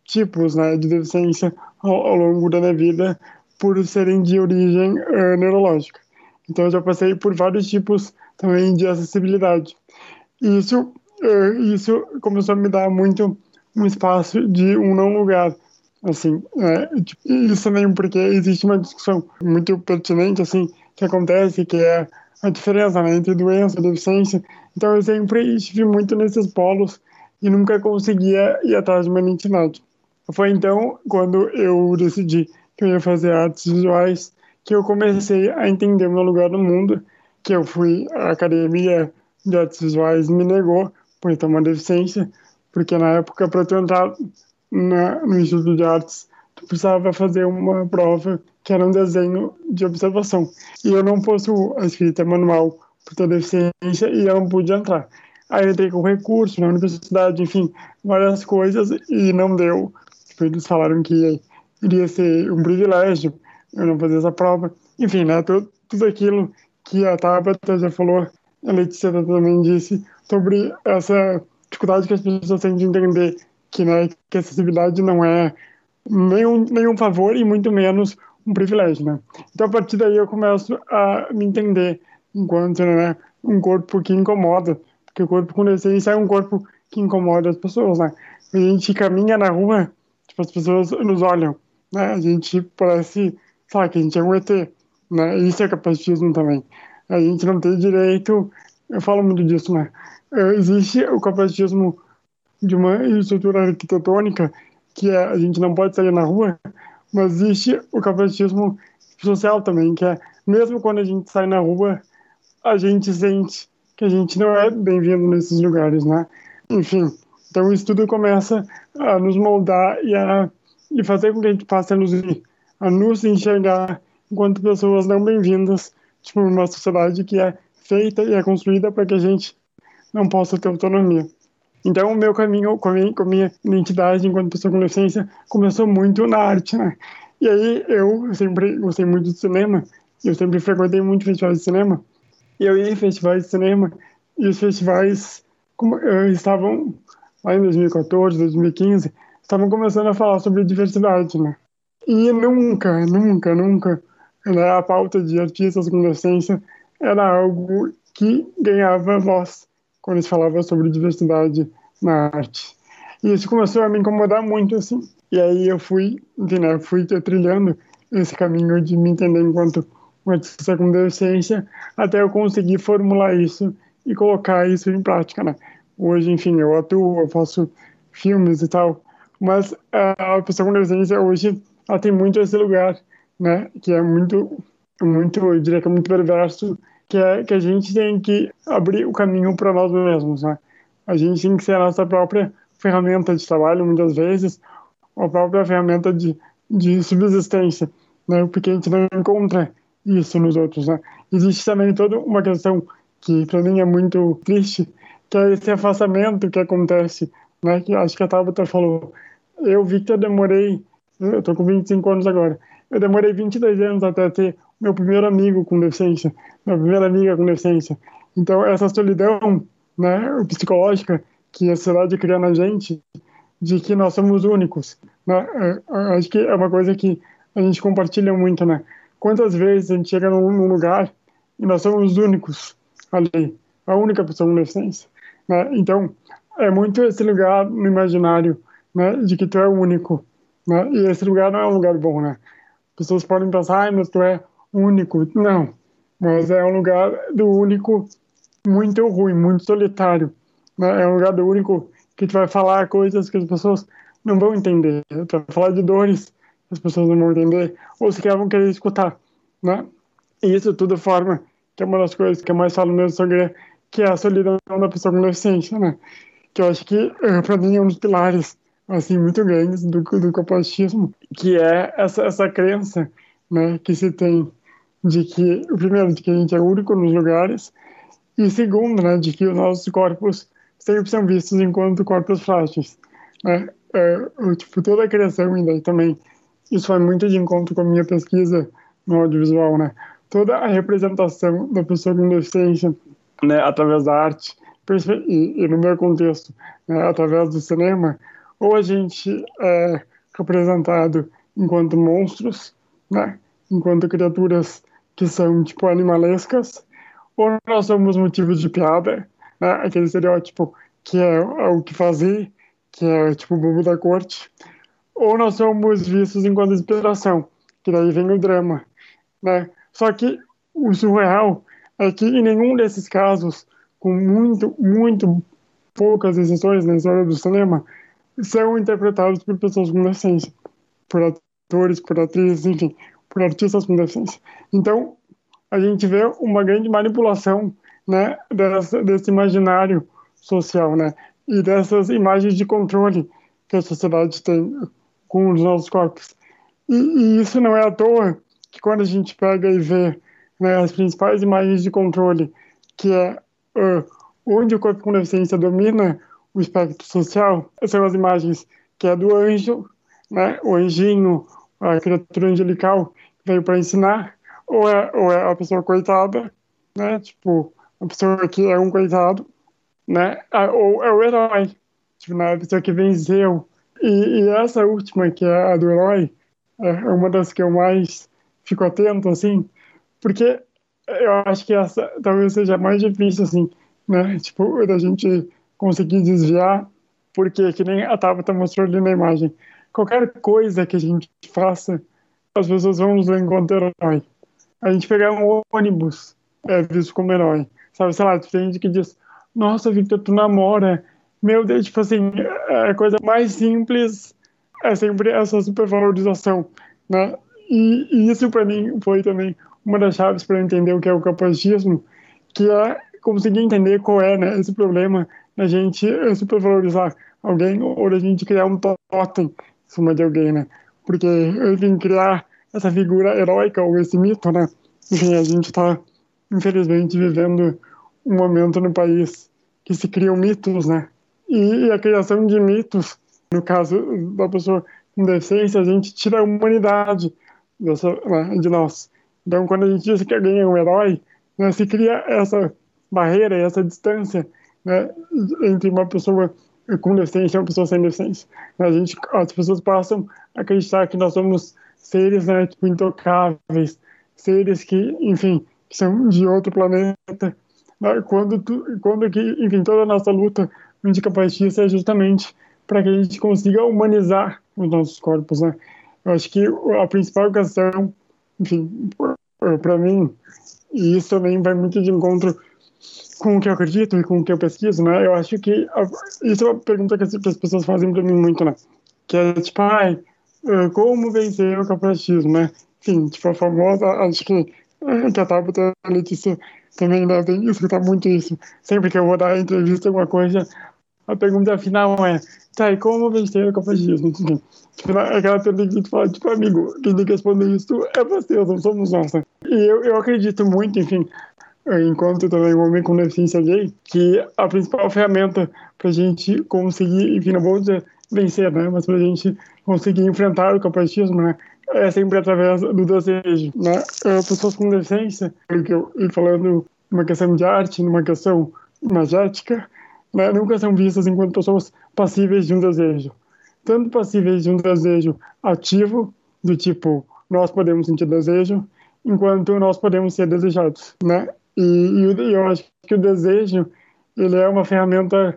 tipos, né, de deficiência ao, ao longo da minha vida por serem de origem uh, neurológica. Então eu já passei por vários tipos também de acessibilidade. E isso, uh, isso começou a me dar muito um espaço de um não lugar, assim, né? Isso também porque existe uma discussão muito pertinente, assim, que acontece, que é a diferença, né, entre doença e deficiência. Então eu sempre estive muito nesses polos e nunca conseguia ir atrás de uma identidade. Foi então, quando eu decidi que eu ia fazer artes visuais, que eu comecei a entender o meu lugar no mundo, que eu fui à academia de artes visuais me negou por ter uma deficiência, porque na época, para tu entrar na, no Instituto de Artes, tu precisava fazer uma prova que era um desenho de observação. E eu não possuo a escrita manual por ter deficiência e eu não pude entrar. Aí eu entrei com recurso na universidade, enfim, várias coisas, e não deu. Tipo, eles falaram que iria ser um privilégio eu não fazer essa prova. Enfim, né, tudo, tudo aquilo que a Tabata já falou, a Letícia também disse, sobre essa dificuldade que as pessoas têm de entender que, né, que a acessibilidade não é nenhum, nenhum favor e muito menos um privilégio, né? Então, a partir daí, eu começo a me entender enquanto, né, um corpo que incomoda, porque o corpo com deficiência é um corpo que incomoda as pessoas, né? A gente caminha na rua, tipo, as pessoas nos olham, né? A gente parece, sabe, que a gente é um E T, né? Isso é capacitismo também. A gente não tem direito, eu falo muito disso, né? Existe o capacitismo de uma estrutura arquitetônica, que é, a gente não pode sair na rua, mas existe o capacitismo social também, que é, mesmo quando a gente sai na rua, a gente sente que a gente não é bem-vindo nesses lugares, né? Enfim, então isso tudo começa a nos moldar e a e fazer com que a gente passe a nos, a nos enxergar enquanto pessoas não bem-vindas, tipo, numa sociedade que é feita e é construída para que a gente não possa ter autonomia. Então, o meu caminho com a minha, com a minha identidade enquanto pessoa com deficiência começou muito na arte, né? E aí, eu sempre gostei muito de cinema, eu sempre frequentei muito festivais de cinema, e eu ia em festivais de cinema, e os festivais como, uh, estavam, lá em dois mil e quatorze, dois mil e quinze, estavam começando a falar sobre diversidade, né? E nunca, nunca, nunca, né, a pauta de artistas com deficiência era algo que ganhava voz quando eles falavam sobre diversidade na arte. E isso começou a me incomodar muito, assim. E aí eu fui, enfim, né, fui trilhando esse caminho de me entender enquanto um artista com deficiência, até eu conseguir formular isso e colocar isso em prática, né? Hoje, enfim, eu atuo, eu faço filmes e tal, mas a pessoa com deficiência hoje, ela tem muito esse lugar, né, que é muito, muito, eu diria que é muito perverso, que é que a gente tem que abrir o caminho para nós mesmos, né? A gente tem que ser a nossa própria ferramenta de trabalho, muitas vezes, ou a própria ferramenta de, de subsistência, né? Porque a gente não encontra isso nos outros, né? Existe também toda uma questão que para mim é muito triste, que é esse afastamento que acontece, né? Que acho que a Tabata falou. Eu, Victor, demorei, eu tô com vinte e cinco anos agora, eu demorei vinte e dois anos até ter meu primeiro amigo com deficiência, minha primeira amiga com deficiência. Então, essa solidão, né, psicológica que a sociedade cria na gente, de que nós somos únicos, né? Acho que é uma coisa que a gente compartilha muito, né? Quantas vezes a gente chega num, num lugar e nós somos únicos ali, a única pessoa com deficiência, né? Então, é muito esse lugar no imaginário, né, de que tu é único, né? E esse lugar não é um lugar bom, né? Pessoas podem pensar, ah, mas tu é único. Não, mas é um lugar do único muito ruim, muito solitário, né? É um lugar do único que tu vai falar coisas que as pessoas não vão entender. Tu vai falar de dores que as pessoas não vão entender, ou sequer vão querer escutar, né? E isso tudo forma, que é uma das coisas que eu mais falo mesmo sobre, que é a solidão da pessoa com deficiência, né? Que eu acho que, para mim, é um dos pilares, assim, muito grandes do, do capacitismo, que é essa, essa crença, né, que se tem de que, primeiro, de que a gente é único nos lugares, e segundo, né, de que os nossos corpos sempre são vistos enquanto corpos frágeis, né? É, eu, tipo, toda a criação, e daí também, isso vai muito de encontro com a minha pesquisa no audiovisual, né? Toda a representação da pessoa com deficiência, né, através da arte, e, e no meu contexto, né, através do cinema, ou a gente é representado enquanto monstros, né? Enquanto criaturas que são, tipo, animalescas, ou nós somos motivos de piada, né? Aquele estereótipo que é, é o que fazer, que é, tipo, o bobo da corte, ou nós somos vistos enquanto inspiração, que daí vem o drama, né? Só que o surreal é que em nenhum desses casos, com muito, muito poucas exceções na história do cinema, são interpretados por pessoas com deficiência, por atores, por atrizes, enfim, por artistas com deficiência. Então, a gente vê uma grande manipulação, né, dessa, desse imaginário social, né, e dessas imagens de controle que a sociedade tem com os nossos corpos. E, e isso não é à toa que quando a gente pega e vê, né, as principais imagens de controle, que é uh, onde o corpo com deficiência domina o espectro social, são as imagens que é do anjo, né, o anjinho, a criatura angelical que veio para ensinar, ou é, ou é a pessoa coitada, né, tipo, a pessoa que é um coitado, né, ou é o herói, tipo, né, a pessoa que venceu. E, e essa última, que é a do herói, é uma das que eu mais fico atento, assim, porque eu acho que essa talvez seja mais difícil, assim, né, tipo, da gente conseguir desviar, porque, que nem a Tabata mostrou ali na imagem, qualquer coisa que a gente faça, as pessoas vão nos ver enquanto herói. A gente pegar um ônibus é visto como herói, sabe, sei lá, tem gente que diz, nossa, Victor, tu namora, meu Deus, tipo assim, é a coisa mais simples, é sempre essa supervalorização, né, e, e isso para mim foi também uma das chaves para entender o que é o capacitismo, que é conseguir entender qual é, né, esse problema da gente supervalorizar alguém ou da gente criar um totem em cima de alguém, né? Porque, enfim, criar essa figura heróica ou esse mito, né? Enfim, a gente está, infelizmente, vivendo um momento no país que se criam mitos, né? E, e a criação de mitos, no caso da pessoa com deficiência, a gente tira a humanidade dessa, né, de nós. Então, quando a gente diz que alguém é um herói, né, se cria essa barreira, essa distância, né, entre uma pessoa com deficiência e uma pessoa sem deficiência. A gente, as pessoas passam a acreditar que nós somos seres, né, tipo, intocáveis, seres que, enfim, que são de outro planeta. Né, quando, tu, quando que, enfim, toda a nossa luta anticapacitista é justamente para que a gente consiga humanizar os nossos corpos, né? Eu acho que a principal questão, enfim, para mim, e isso também vai muito de encontro com o que eu acredito e com o que eu pesquiso, né? Eu acho que a, isso é uma pergunta que as, que as pessoas fazem para mim muito, né? Que é tipo, ai, como vencer o capacitismo, né? Enfim, tipo, a famosa, acho que, que a Tabata e a Letícia também devem escutar muito isso. Sempre que eu vou dar entrevista, alguma coisa, a pergunta final é, tá, e como vencer o capacitismo? Enfim, tipo, aquela pergunta que tu fala, tipo, amigo, quem tem que responder isso é você, não somos nós, né? E eu, eu acredito muito, enfim, enquanto também um homem com deficiência gay, que a principal ferramenta para a gente conseguir, enfim, não vou dizer vencer, né, mas para a gente conseguir enfrentar o capacitismo, né, é sempre através do desejo, né. Pessoas com deficiência, e falando numa questão de arte, numa questão imagética, né, nunca são vistas enquanto pessoas passíveis de um desejo. Tanto passíveis de um desejo ativo, do tipo, nós podemos sentir desejo, enquanto nós podemos ser desejados, né. E, e eu acho que o desejo, ele é uma ferramenta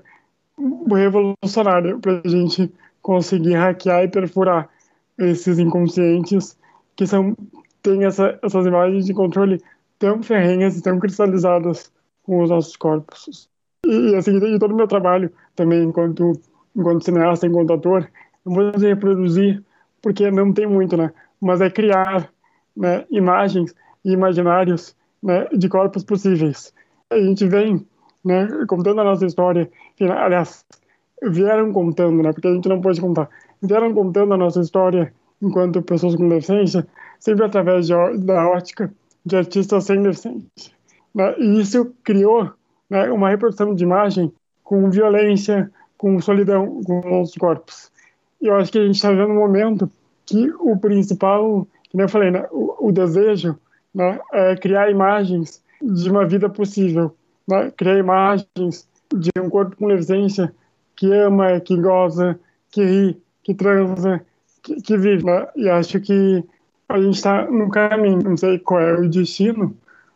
revolucionária para a gente conseguir hackear e perfurar esses inconscientes que são, têm essa, essas imagens de controle tão ferrenhas e tão cristalizadas com os nossos corpos. E, assim, e todo o meu trabalho também, enquanto, enquanto cineasta, enquanto ator, eu vou dizer reproduzir, porque não tem muito, né? Mas é criar, né, imagens e imaginários, né, de corpos possíveis. A gente vem, né, contando a nossa história, aliás, vieram contando, né, porque a gente não pode contar, vieram contando a nossa história enquanto pessoas com deficiência, sempre através de, da ótica de artistas sem deficiência. Né, e isso criou, né, uma reprodução de imagem com violência, com solidão com os nossos corpos. E eu acho que a gente está vivendo um momento que o principal, que nem eu falei, né, o, o desejo, né, é criar imagens de uma vida possível, né, criar imagens de um corpo com deficiência que ama, que goza, que ri, que transa, que, que vive, né? E acho que a gente está no caminho, não sei qual é o destino,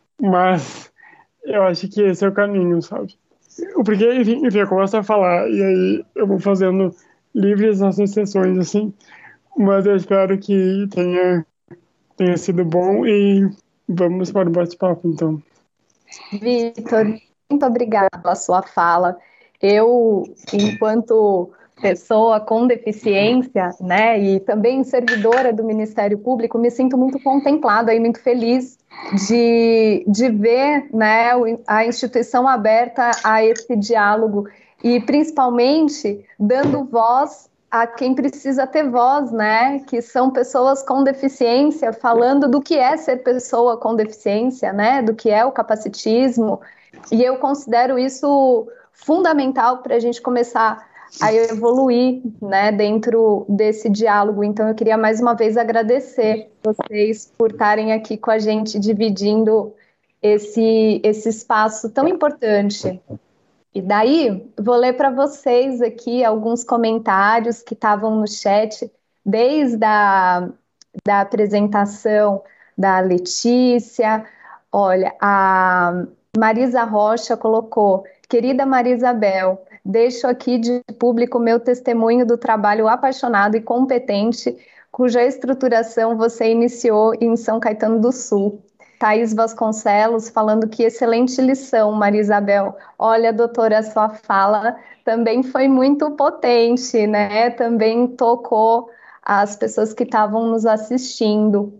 mas eu acho que esse é o caminho, sabe? Porque, enfim, enfim eu começo a falar e aí eu vou fazendo livres associações, assim, mas eu espero que tenha, tenha sido bom e vamos para o bate-papo, então. Vitor, muito obrigada pela sua fala. Eu, enquanto pessoa com deficiência, né, e também servidora do Ministério Público, me sinto muito contemplada e muito feliz de, de ver, né, a instituição aberta a esse diálogo e, principalmente, dando voz a quem precisa ter voz, né, que são pessoas com deficiência, falando do que é ser pessoa com deficiência, né, do que é o capacitismo, e eu considero isso fundamental para a gente começar a evoluir, né, dentro desse diálogo. Então eu queria mais uma vez agradecer vocês por estarem aqui com a gente, dividindo esse, esse espaço tão importante. E daí, vou ler para vocês aqui alguns comentários que estavam no chat, desde a da apresentação da Letícia. Olha, a Marisa Rocha colocou: querida Maria Isabel, deixo aqui de público meu testemunho do trabalho apaixonado e competente, cuja estruturação você iniciou em São Caetano do Sul. Thaís Vasconcelos falando que excelente lição, Maria Isabel. Olha, doutora, a sua fala também foi muito potente, né? Também tocou as pessoas que estavam nos assistindo.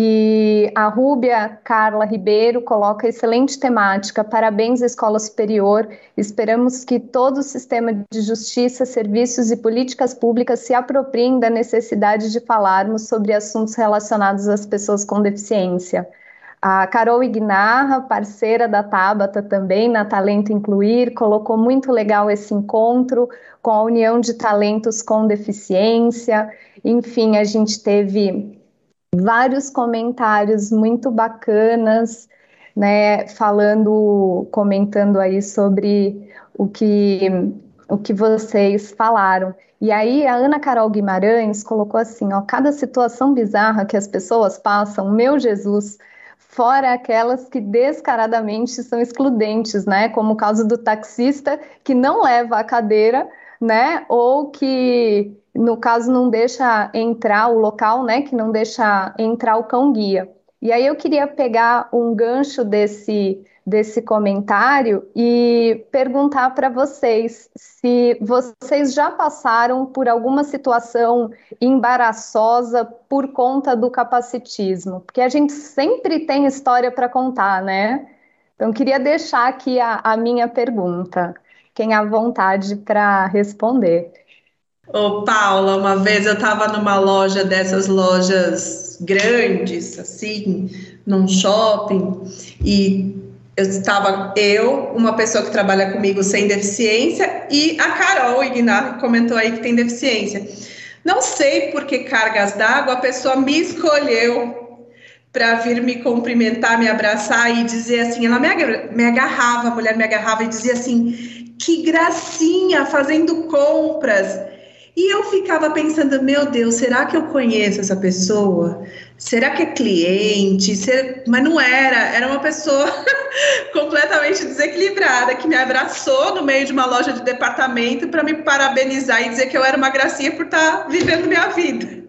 E a Rúbia Carla Ribeiro coloca: excelente temática, parabéns à Escola Superior, esperamos que todo o sistema de justiça, serviços e políticas públicas se apropriem da necessidade de falarmos sobre assuntos relacionados às pessoas com deficiência. A Carol Ignarra, parceira da Tabata também, na Talento Incluir, colocou: muito legal esse encontro com a União de Talentos com Deficiência. Enfim, a gente teve vários comentários muito bacanas, né, falando, comentando aí sobre o que, o que vocês falaram. E aí a Ana Carol Guimarães colocou assim, ó: cada situação bizarra que as pessoas passam, meu Jesus, fora aquelas que descaradamente são excludentes, né, como o caso do taxista que não leva a cadeira, né, ou que, no caso, não deixa entrar o local, né, que não deixa entrar o cão-guia. E aí eu queria pegar um gancho desse, desse comentário e perguntar para vocês se vocês já passaram por alguma situação embaraçosa por conta do capacitismo, porque a gente sempre tem história para contar, né? Então, queria deixar aqui a, a minha pergunta. Quem à vontade para responder. Ô, Paula, uma vez eu estava numa loja dessas lojas grandes, assim, num shopping, e eu estava, eu, uma pessoa que trabalha comigo sem deficiência, e a Carol Ignar, que comentou aí que tem deficiência. Não sei por que cargas d'água a pessoa me escolheu para vir me cumprimentar, me abraçar e dizer assim, ela me, me agarrava, a mulher me agarrava e dizia assim, que gracinha, fazendo compras. E eu ficava pensando, meu Deus, será que eu conheço essa pessoa? Será que é cliente? Será... Mas não era, era uma pessoa completamente desequilibrada, que me abraçou no meio de uma loja de departamento para me parabenizar e dizer que eu era uma gracinha por estar vivendo minha vida.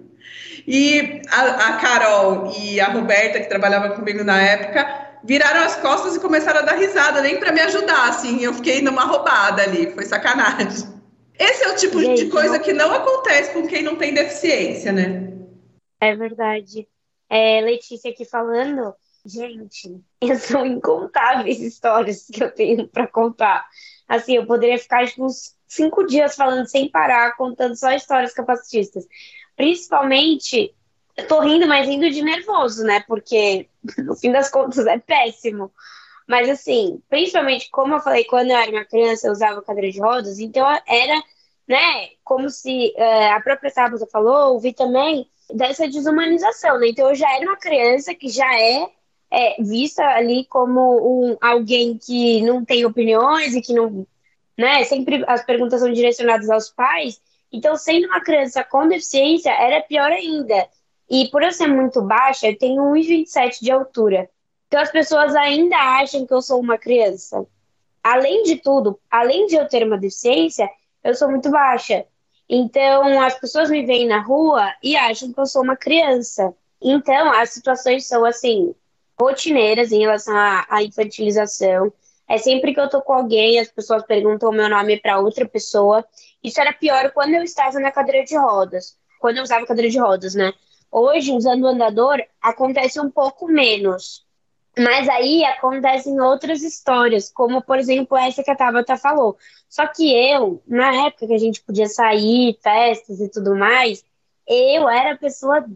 E a, a Carol e a Roberta, que trabalhava comigo na época, viraram as costas e começaram a dar risada, nem para me ajudar, assim, eu fiquei numa roubada ali, foi sacanagem. Esse é o tipo Gente, de coisa não... que não acontece com quem não tem deficiência, né? É verdade. É, Letícia aqui falando, gente, são incontáveis histórias que eu tenho para contar. Assim, eu poderia ficar tipo, uns cinco dias falando sem parar, contando só histórias capacitistas. Principalmente, eu tô rindo, mas rindo de nervoso, né? Porque, no fim das contas, é péssimo. Mas, assim, principalmente, como eu falei, quando eu era uma criança, eu usava cadeira de rodas, então era, né, como se uh, a própria Tabata falou, ouvi também dessa desumanização, né? Então, eu já era uma criança que já é, é vista ali como um, alguém que não tem opiniões e que não, né, sempre as perguntas são direcionadas aos pais. Então, sendo uma criança com deficiência, era pior ainda. E por eu ser muito baixa, eu tenho um e vinte e sete de altura. Então, as pessoas ainda acham que eu sou uma criança. Além de tudo, além de eu ter uma deficiência, eu sou muito baixa. Então, as pessoas me veem na rua e acham que eu sou uma criança. Então, as situações são, assim, rotineiras em relação à, à infantilização. É sempre que eu tô com alguém, as pessoas perguntam o meu nome para outra pessoa. Isso era pior quando eu estava na cadeira de rodas. Quando eu usava cadeira de rodas, né? Hoje, usando o andador, acontece um pouco menos. Mas aí acontecem outras histórias, como, por exemplo, essa que a Tabata falou. Só que eu, na época que a gente podia sair, festas e tudo mais, eu era pessoa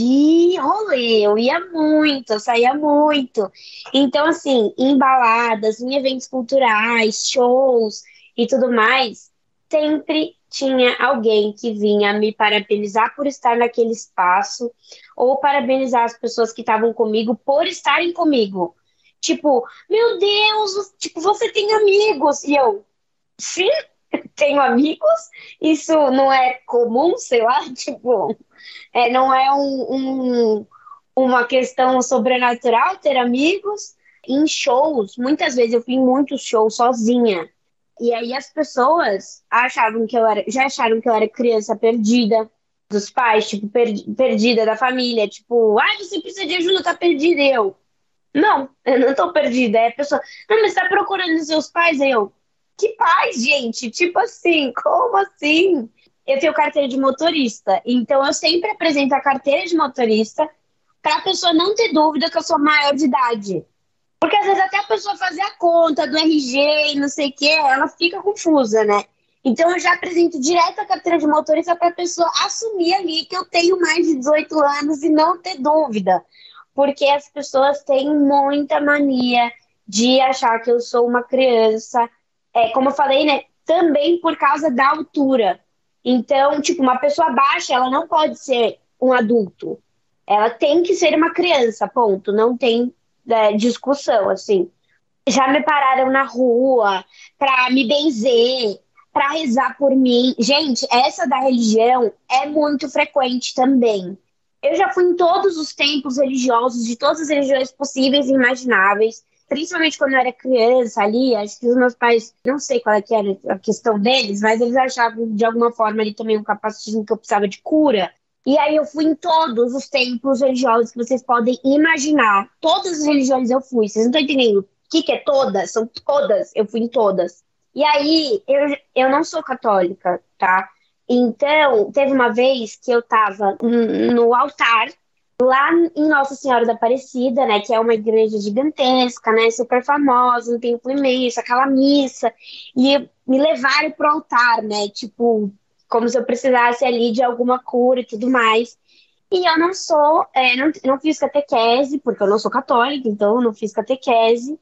de rolê, eu ia muito, eu saía muito. Então, assim, em baladas, em eventos culturais, shows e tudo mais, sempre tinha alguém que vinha me parabenizar por estar naquele espaço ou parabenizar as pessoas que estavam comigo por estarem comigo. Tipo, meu Deus, tipo, você tem amigos. E eu, sim, tenho amigos. Isso não é comum, sei lá, tipo, é, não é um, um- uma questão sobrenatural ter amigos. Em shows, muitas vezes eu fui em muitos shows sozinha. E aí as pessoas achavam que eu era, já acharam que eu era criança perdida dos pais, tipo, per- perdida da família, tipo, ai, você precisa de ajuda, tá perdida. E eu, não, eu não tô perdida. Aí a pessoa, não, mas você tá procurando os seus pais? Aí eu, que pais, gente? Tipo assim, como assim? Eu tenho carteira de motorista, então eu sempre apresento a carteira de motorista para a pessoa não ter dúvida que eu sou maior de idade. Porque às vezes até a pessoa fazer a conta do R G e não sei o que, ela fica confusa, né? Então eu já apresento direto a carteira de motorista para a pessoa assumir ali que eu tenho mais de dezoito anos e não ter dúvida. Porque as pessoas têm muita mania de achar que eu sou uma criança. É, como eu falei, né? Também por causa da altura. Então, tipo, uma pessoa baixa, ela não pode ser um adulto. Ela tem que ser uma criança, ponto. Não tem, né, discussão, assim. Já me pararam na rua pra me benzer, pra rezar por mim. Gente, essa da religião é muito frequente também. Eu já fui em todos os templos religiosos, de todas as religiões possíveis e imagináveis, principalmente quando eu era criança ali, acho que os meus pais, não sei qual é que era a questão deles, mas eles achavam de alguma forma ali também um capacitismo que eu precisava de cura. E aí eu fui em todos os templos religiosos que vocês podem imaginar. Todas as religiões eu fui, vocês não estão entendendo. O que, que é todas? São todas, eu fui em todas. E aí, eu, eu não sou católica, tá? Então, teve uma vez que eu tava no altar, lá em Nossa Senhora da Aparecida, né? Que é uma igreja gigantesca, né? Super famosa, um templo imenso, aquela missa. E me levaram pro altar, né? Tipo, como se eu precisasse ali de alguma cura e tudo mais. E eu não sou, é, não, não fiz catequese, porque eu não sou católica, então eu não fiz catequese.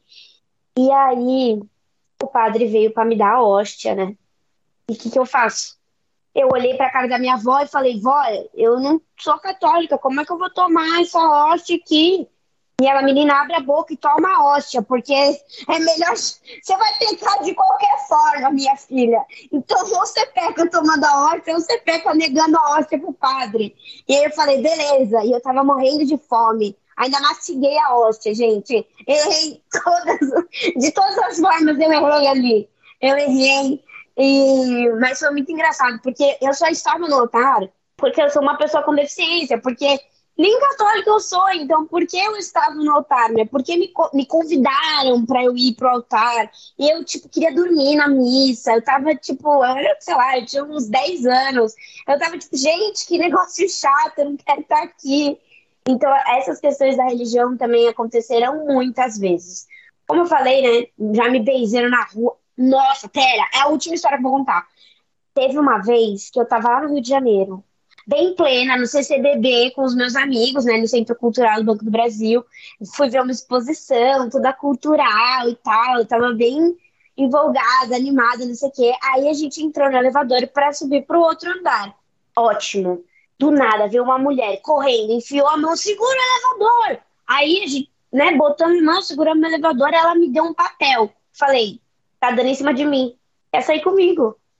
E aí, o padre veio para me dar a hóstia, né? E o que que eu faço? Eu olhei para a cara da minha avó e falei, vó, eu não sou católica, como é que eu vou tomar essa hóstia aqui? E ela, menina, abre a boca e toma a hóstia, porque é melhor. Você vai pecar de qualquer forma, minha filha. Então, ou você peca tomando a hóstia, ou você peca negando a hóstia pro padre. E aí eu falei, beleza. E eu tava morrendo de fome. Ainda mastiguei a hóstia, gente. Errei todas, de todas as formas, eu errei ali. Eu errei. E... Mas foi muito engraçado, porque eu só estava no altar porque eu sou uma pessoa com deficiência, porque nem católica eu sou, então por que eu estava no altar, né? Porque me, me convidaram para eu ir pro altar, e eu, tipo, queria dormir na missa, eu tava, tipo, eu, sei lá, eu tinha uns dez anos, eu tava, tipo, gente, que negócio chato, eu não quero estar aqui. Então, essas questões da religião também aconteceram muitas vezes. Como eu falei, né, já me benzeram na rua. Nossa, pera, é a última história que eu vou contar. Teve uma vez que eu tava lá no Rio de Janeiro, bem plena, no C C B B, com os meus amigos, né, no Centro Cultural do Banco do Brasil. Fui ver uma exposição, toda cultural e tal. Eu tava bem empolgada, animada, não sei o quê. Aí a gente entrou no elevador para subir pro outro andar. Ótimo. Do nada, veio uma mulher correndo, enfiou a mão, segura o elevador. Aí a gente, né, botando a mão, segurando o elevador, ela me deu um papel. Falei, tá dando em cima de mim. Quer sair comigo?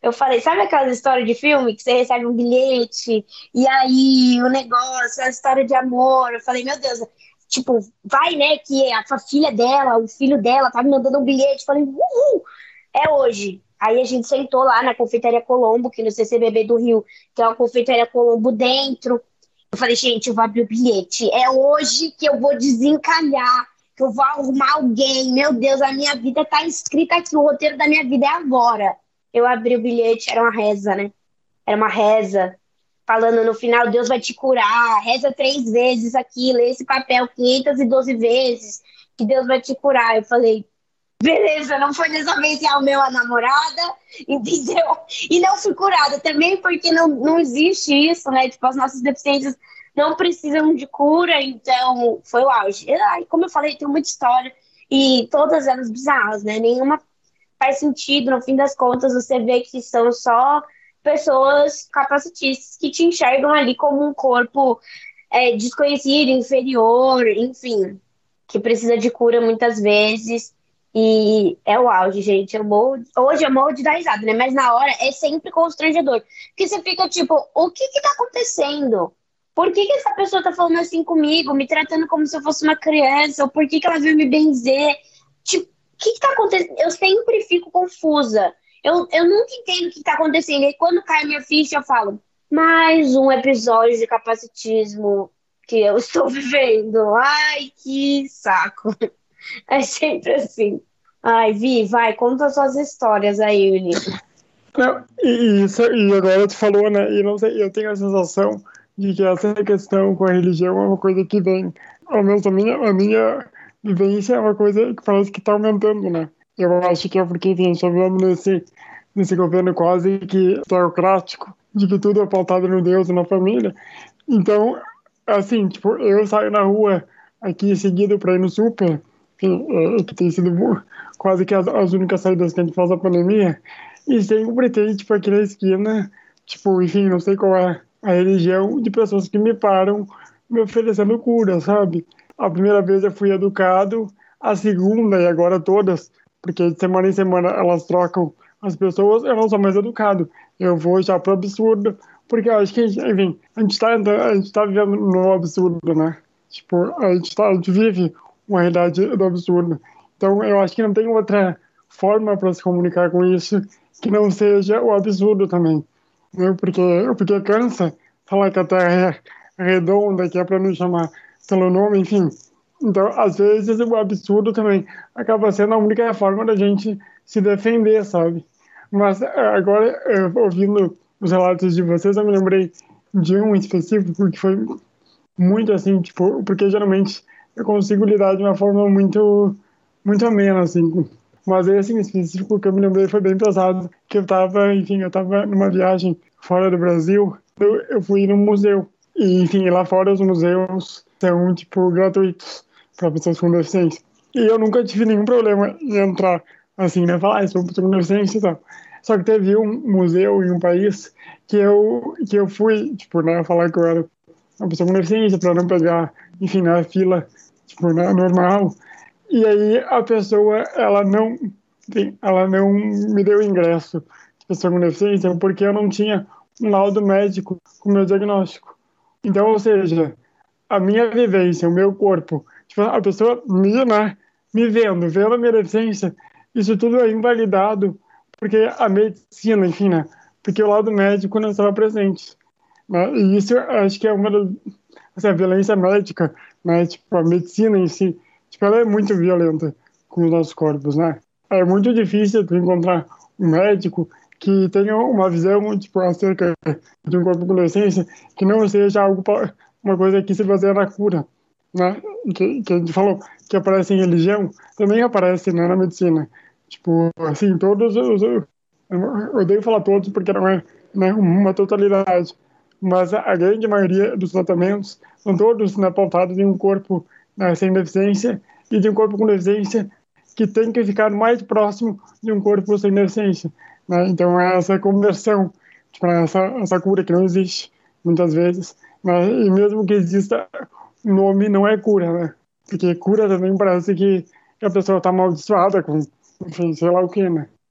Eu falei, sabe aquelas histórias de filme que você recebe um bilhete e aí o negócio, a história de amor? Eu falei, meu Deus, tipo, vai, né, que a filha dela, o filho dela tá me mandando um bilhete. Eu falei, uhul, é hoje. Aí a gente sentou lá na Confeitaria Colombo, que no C C B B do Rio, que é uma Confeitaria Colombo dentro. Eu falei, gente, eu vou abrir o bilhete. É hoje que eu vou desencalhar, que eu vou arrumar alguém. Meu Deus, a minha vida tá escrita aqui, o roteiro da minha vida é agora. Eu abri o bilhete, era uma reza, né? Era uma reza, falando no final, Deus vai te curar, reza três vezes aqui, lê esse papel quinhentas e doze vezes, que Deus vai te curar. Eu falei, beleza, não foi dessa vez que é o meu a namorada, entendeu? E não fui curada também, porque não, não existe isso, né? Tipo, as nossas deficiências não precisam de cura, então foi o auge. E, como eu falei, tem muita história, e todas elas bizarras, né? Nenhuma faz sentido, no fim das contas, você vê que são só pessoas capacitistas que te enxergam ali como um corpo é, desconhecido, inferior, enfim, que precisa de cura muitas vezes. E é o auge, gente. Eu morro, hoje eu morro de dar risada, né? Mas na hora é sempre constrangedor. Porque você fica tipo, o que que tá acontecendo? Por que que essa pessoa tá falando assim comigo, me tratando como se eu fosse uma criança? Ou por que que ela veio me benzer? Tipo, o que que tá acontecendo? Eu sempre fico confusa. Eu, eu nunca entendo o que tá acontecendo. E aí, quando cai a minha ficha, eu falo, mais um episódio de capacitismo que eu estou vivendo. Ai, que saco. É sempre assim. Ai, Vi, vai, conta suas histórias aí, Ulisses. Não, e, isso, e agora tu falou, né? E não sei, eu tenho a sensação de que essa questão com a religião é uma coisa que vem. Ao menos a minha, a minha vivência é uma coisa que parece que está aumentando, né? Eu acho que é porque, enfim, nós vivemos nesse, nesse governo quase que teocrático, de que tudo é pautado no Deus e na família. Então, assim, tipo, eu saio na rua aqui seguido para ir no super, enfim, é, que tem sido quase que as, as únicas saídas que a gente faz da pandemia, e sempre tem, tipo, aqui na esquina, tipo, enfim, não sei qual é a religião, de pessoas que me param me oferecendo cura, sabe? A primeira vez eu fui educado, a segunda e agora todas, porque de semana em semana elas trocam as pessoas, eu não sou mais educado. Eu vou já pro absurdo, porque eu acho que, enfim, a gente tá, a gente tá vivendo no absurdo, né? Tipo, a gente, tá, a gente vive uma realidade do absurdo. Então, eu acho que não tem outra forma para se comunicar com isso que não seja o absurdo também. Né? Porque, porque cansa falar que a Terra é redonda, que é para nos chamar pelo nome, enfim. Então, às vezes, o absurdo também acaba sendo a única forma da gente se defender, sabe? Mas agora, ouvindo os relatos de vocês, eu me lembrei de um específico que foi muito assim, tipo, porque geralmente eu consigo lidar de uma forma muito, muito amena, assim. Mas esse em específico que eu me lembrei foi bem pesado, que eu tava, enfim, eu tava numa viagem fora do Brasil, eu, eu fui num museu. E, enfim, lá fora os museus são, tipo, gratuitos para pessoas com deficiência. E eu nunca tive nenhum problema em entrar, assim, né, falar, ah, sou pessoa com deficiência e tal. Só que teve um museu em um país que eu, que eu fui, tipo, né, falar que eu era uma pessoa com deficiência para não pegar, enfim, na fila, tipo, né, normal. E aí a pessoa, ela não, ela não me deu ingresso de pessoa com deficiência porque eu não tinha um laudo médico com o meu diagnóstico. Então, ou seja, a minha vivência, o meu corpo, tipo, a pessoa me, né, me vendo, vendo a minha deficiência, isso tudo é invalidado porque a medicina, enfim, né, porque o laudo médico não estava presente. Né, e isso acho que é uma das, assim, a violência médica, né, tipo, a medicina em si, tipo, ela é muito violenta com os nossos corpos, né? É muito difícil tu encontrar um médico que tenha uma visão, tipo, acerca de um corpo com deficiência que não seja algo, uma coisa que se baseia na cura, né? Que, que a gente falou que aparece em religião, também aparece, né, na medicina. Tipo, assim, todos os... Eu odeio falar todos porque não é, né, uma totalidade, mas a grande maioria dos tratamentos são todos, né, pautados em um corpo, né, sem deficiência e de um corpo com deficiência que tem que ficar mais próximo de um corpo sem deficiência. Né? Então, é essa conversão, tipo, essa, essa cura que não existe, muitas vezes. Né? E mesmo que exista, o nome não é cura, né? Porque cura também parece que a pessoa está amaldiçoada com, enfim, sei lá o que, né?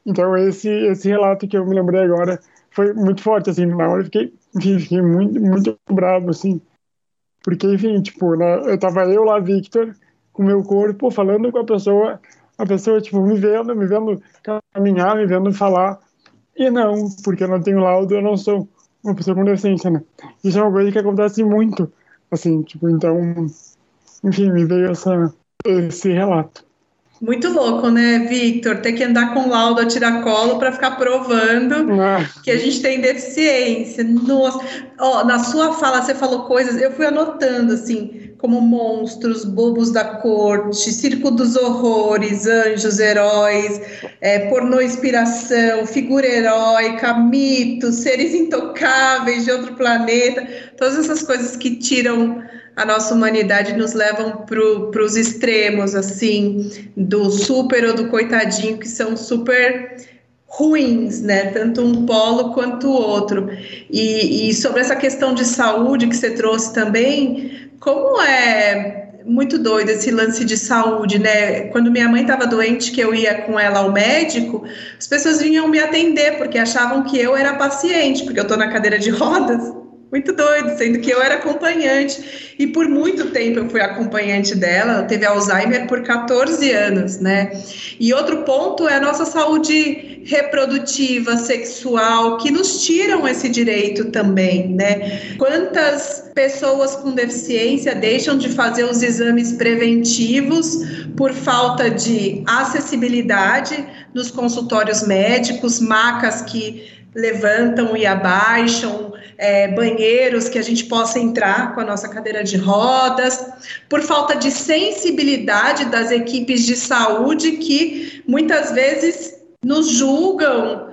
Então esse, esse relato que eu me lembrei agora foi muito forte, assim, na hora eu fiquei, enfim, fiquei muito, muito bravo, assim, porque, enfim, tipo, né, eu tava eu lá, Victor, com o meu corpo, falando com a pessoa, a pessoa, tipo, me vendo, me vendo caminhar, me vendo falar, e não, porque eu não tenho laudo, eu não sou uma pessoa com deficiência, né? Isso é uma coisa que acontece muito, assim, tipo, então, enfim, me veio essa, esse relato. Muito louco, né, Victor? Ter que andar com laudo a tiracolo para ficar provando Ah. que a gente tem deficiência. Nossa, ó, na sua fala você falou coisas, eu fui anotando assim, como monstros, bobos da corte, circo dos horrores, anjos, heróis, é, pornô inspiração, figura heróica, mitos, seres intocáveis de outro planeta, todas essas coisas que tiram a nossa humanidade, nos levam para os extremos, assim, do super ou do coitadinho, que são super ruins, né? Tanto um polo quanto o outro. E, e sobre essa questão de saúde que você trouxe também, como é muito doido esse lance de saúde, né? Quando minha mãe estava doente, que eu ia com ela ao médico, as pessoas vinham me atender, porque achavam que eu era paciente, porque eu estou na cadeira de rodas. Muito doido, sendo que eu era acompanhante. E por muito tempo eu fui acompanhante dela. Ela teve Alzheimer por catorze anos, né? E outro ponto é a nossa saúde reprodutiva, sexual, que nos tiram esse direito também, né? Quantas pessoas com deficiência deixam de fazer os exames preventivos por falta de acessibilidade nos consultórios médicos, macas que levantam e abaixam, É, banheiros que a gente possa entrar com a nossa cadeira de rodas, por falta de sensibilidade das equipes de saúde que muitas vezes nos julgam,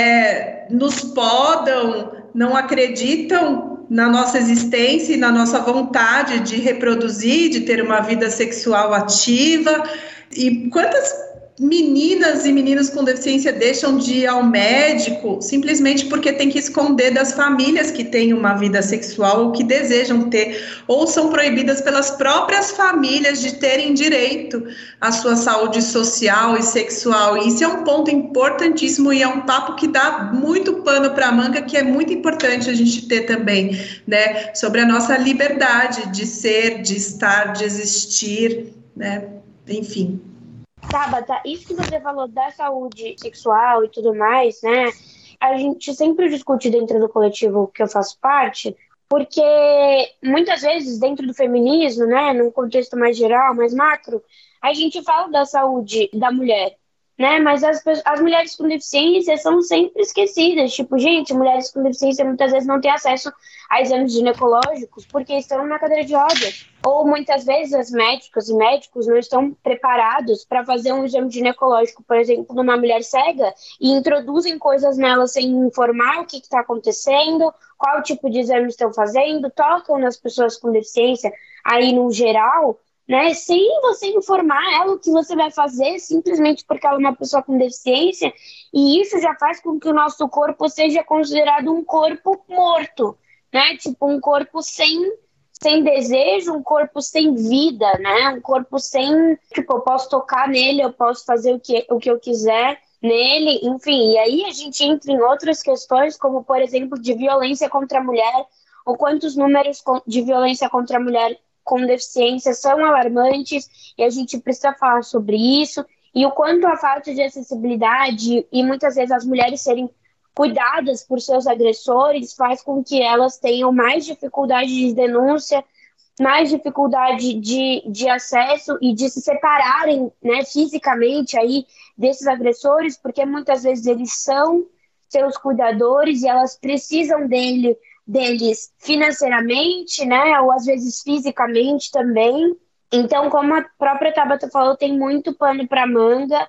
né, nos podam, não acreditam na nossa existência e na nossa vontade de reproduzir, de ter uma vida sexual ativa. E quantas meninas e meninos com deficiência deixam de ir ao médico simplesmente porque tem que esconder das famílias que têm uma vida sexual ou que desejam ter, ou são proibidas pelas próprias famílias de terem direito à sua saúde social e sexual. E isso é um ponto importantíssimo e é um papo que dá muito pano para a manga, que é muito importante a gente ter também, né, sobre a nossa liberdade de ser, de estar, de existir, né, enfim. Tabata, isso que você falou da saúde sexual e tudo mais, né? A gente sempre discute dentro do coletivo que eu faço parte, porque muitas vezes dentro do feminismo, né, num contexto mais geral, mais macro, a gente fala da saúde da mulher, né? Mas as, as mulheres com deficiência são sempre esquecidas. Tipo, gente, mulheres com deficiência muitas vezes não têm acesso a exames ginecológicos porque estão na cadeira de rodas. Ou muitas vezes as médicas e médicos não estão preparados para fazer um exame ginecológico, por exemplo, numa mulher cega, e introduzem coisas nela sem informar o que está acontecendo, qual tipo de exame estão fazendo, tocam nas pessoas com deficiência aí no geral, né, sem você informar ela o que você vai fazer, simplesmente porque ela é uma pessoa com deficiência, e isso já faz com que o nosso corpo seja considerado um corpo morto, né, tipo um corpo sem, sem desejo, um corpo sem vida, né, um corpo sem, tipo, eu posso tocar nele, eu posso fazer o que, o que eu quiser nele, enfim, e aí a gente entra em outras questões, como, por exemplo, de violência contra a mulher, ou quantos números de violência contra a mulher com deficiência são alarmantes, e a gente precisa falar sobre isso, e o quanto a falta de acessibilidade e muitas vezes as mulheres serem cuidadas por seus agressores faz com que elas tenham mais dificuldade de denúncia, mais dificuldade de, de acesso e de se separarem, né, fisicamente aí desses agressores, porque muitas vezes eles são seus cuidadores e elas precisam dele deles financeiramente, né, ou às vezes fisicamente também. Então, como a própria Tabata falou, tem muito pano para manga,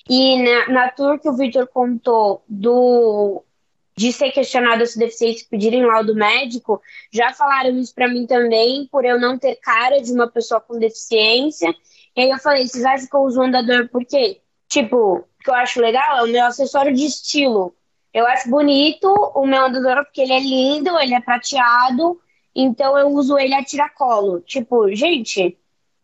e na, na tour que o Victor contou do, de ser questionado se deficiência pedirem laudo médico, já falaram isso para mim também, por eu não ter cara de uma pessoa com deficiência. E aí eu falei, vocês acham que eu uso andador por quê? Tipo, o que eu acho legal é o meu acessório de estilo. Eu acho bonito o meu andador porque ele é lindo, ele é prateado, então eu uso ele a tiracolo. Tipo, gente,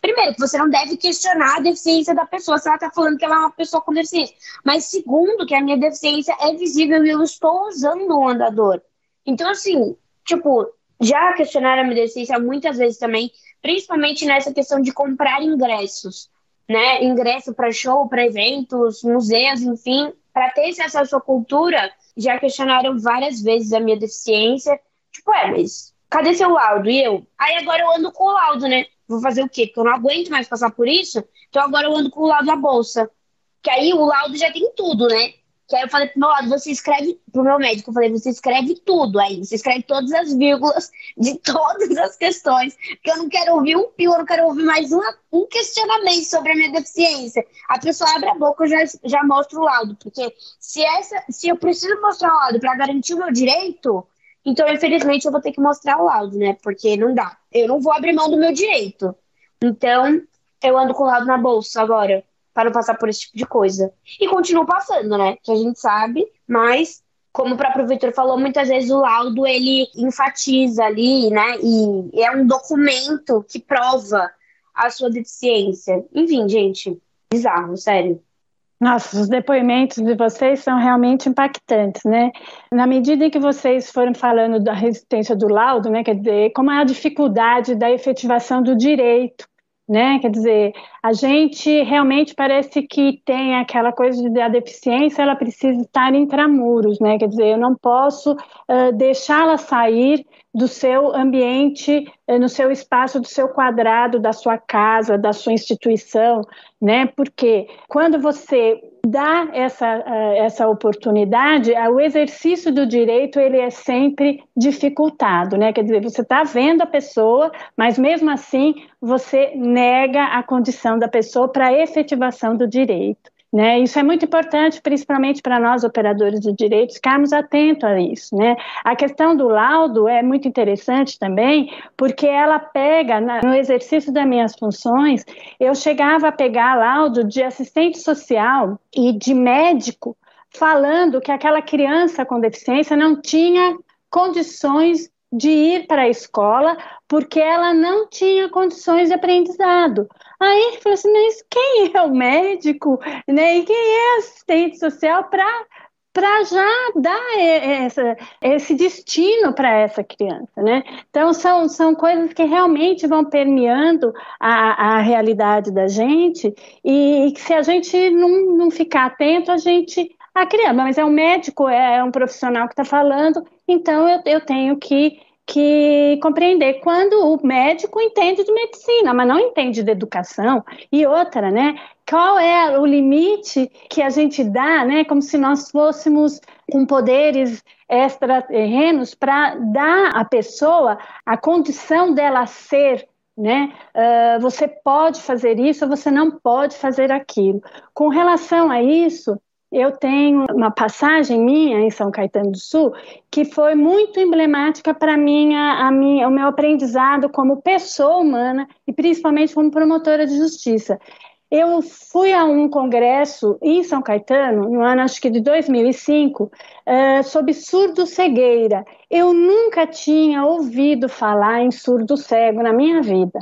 primeiro, que você não deve questionar a deficiência da pessoa se ela está falando que ela é uma pessoa com deficiência. Mas segundo, que a minha deficiência é visível e eu estou usando um andador. Então, assim, tipo, já questionaram a minha deficiência muitas vezes também, principalmente nessa questão de comprar ingressos, né? Ingresso para show, para eventos, museus, enfim, para ter esse acesso à cultura, já questionaram várias vezes a minha deficiência. Tipo, é, mas cadê seu laudo? E eu? Aí agora eu ando com o laudo, né? Vou fazer o quê? Porque eu não aguento mais passar por isso, então agora eu ando com o laudo da bolsa. Que aí o laudo já tem tudo, né? Que aí eu falei pro meu lado, você escreve, pro meu médico, eu falei, você escreve tudo aí, você escreve todas as vírgulas de todas as questões, porque eu não quero ouvir um pio, eu não quero ouvir mais uma, um questionamento sobre a minha deficiência. A pessoa abre a boca, eu já, já mostro o laudo, porque se, essa, se eu preciso mostrar o laudo para garantir o meu direito, então, infelizmente, eu vou ter que mostrar o laudo, né? Porque não dá. Eu não vou abrir mão do meu direito. Então, eu ando com o laudo na bolsa agora, para não passar por esse tipo de coisa. E continuo passando, né? Que a gente sabe, mas, como o próprio Vitor falou, muitas vezes o laudo, ele enfatiza ali, né? E é um documento que prova a sua deficiência. Enfim, gente, bizarro, sério. Nossa, os depoimentos de vocês são realmente impactantes, né? Na medida em que vocês foram falando da resistência do laudo, né? Quer dizer, como é a dificuldade da efetivação do direito, né? Quer dizer, a gente realmente parece que tem aquela coisa da deficiência, ela precisa estar intramuros, né? Quer dizer, eu não posso uh, deixá-la sair do seu ambiente, no seu espaço, do seu quadrado, da sua casa, da sua instituição, né? Porque quando você dá essa, essa oportunidade, o exercício do direito, ele é sempre dificultado, né? Quer dizer, você está vendo a pessoa, mas mesmo assim você nega a condição da pessoa para a efetivação do direito. Né? Isso é muito importante, principalmente para nós, operadores de direito, ficarmos atentos a isso. Né? A questão do laudo é muito interessante também, porque ela pega, no exercício das minhas funções, eu chegava a pegar laudo de assistente social e de médico, falando que aquela criança com deficiência não tinha condições de ir para a escola, porque ela não tinha condições de aprendizado. Aí ele falou assim, mas quem é o médico, né? E quem é assistente social para para já dar essa, esse destino para essa criança, né? Então, são, são coisas que realmente vão permeando a, a realidade da gente e, e que se a gente não, não ficar atento, a gente... Ah, criança, mas é um médico, é um profissional que está falando, então eu, eu tenho que... que compreender quando o médico entende de medicina, mas não entende de educação. E outra, né? Qual é o limite que a gente dá, né? Como se nós fôssemos com poderes extraterrenos para dar à pessoa a condição dela ser, né? Uh, você pode fazer isso ou você não pode fazer aquilo. Com relação a isso, eu tenho uma passagem minha em São Caetano do Sul que foi muito emblemática para mim, a, a minha, o meu aprendizado como pessoa humana e principalmente como promotora de justiça. Eu fui a um congresso em São Caetano, no ano acho que de dois mil e cinco, uh, sobre surdo-cegueira. Eu nunca tinha ouvido falar em surdo-cego na minha vida.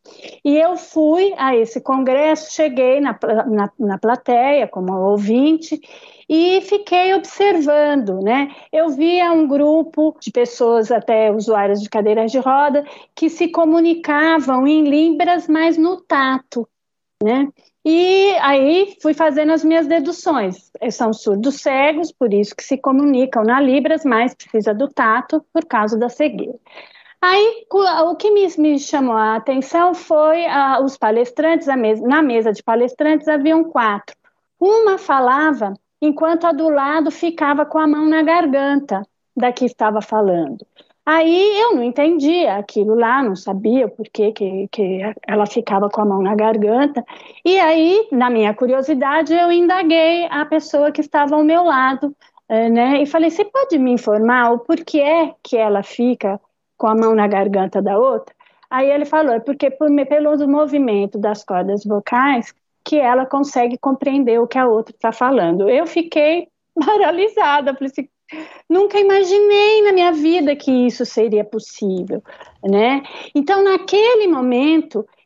E eu fui a esse congresso, cheguei na, na, na plateia como ouvinte e fiquei observando, né? Eu via um grupo de pessoas, até usuárias de cadeiras de roda, que se comunicavam em libras, mas no tato, né? E aí fui fazendo as minhas deduções. São surdos cegos, por isso que se comunicam na libras, mas precisa do tato por causa da cegueira. Aí, o que me, me chamou a atenção foi uh, os palestrantes, mesa, na mesa de palestrantes haviam quatro. Uma falava, enquanto a do lado ficava com a mão na garganta da que estava falando. Aí eu não entendia aquilo lá, não sabia por que, que, que ela ficava com a mão na garganta. E aí, na minha curiosidade, eu indaguei a pessoa que estava ao meu lado, uh, né? E falei, você pode me informar o porquê que ela fica com a mão na garganta da outra? Aí ele falou, é porque por, pelo movimento das cordas vocais que ela consegue compreender o que a outra está falando. Eu fiquei paralisada, falei assim, nunca imaginei na minha vida que isso seria possível, né? Então, naquele momento,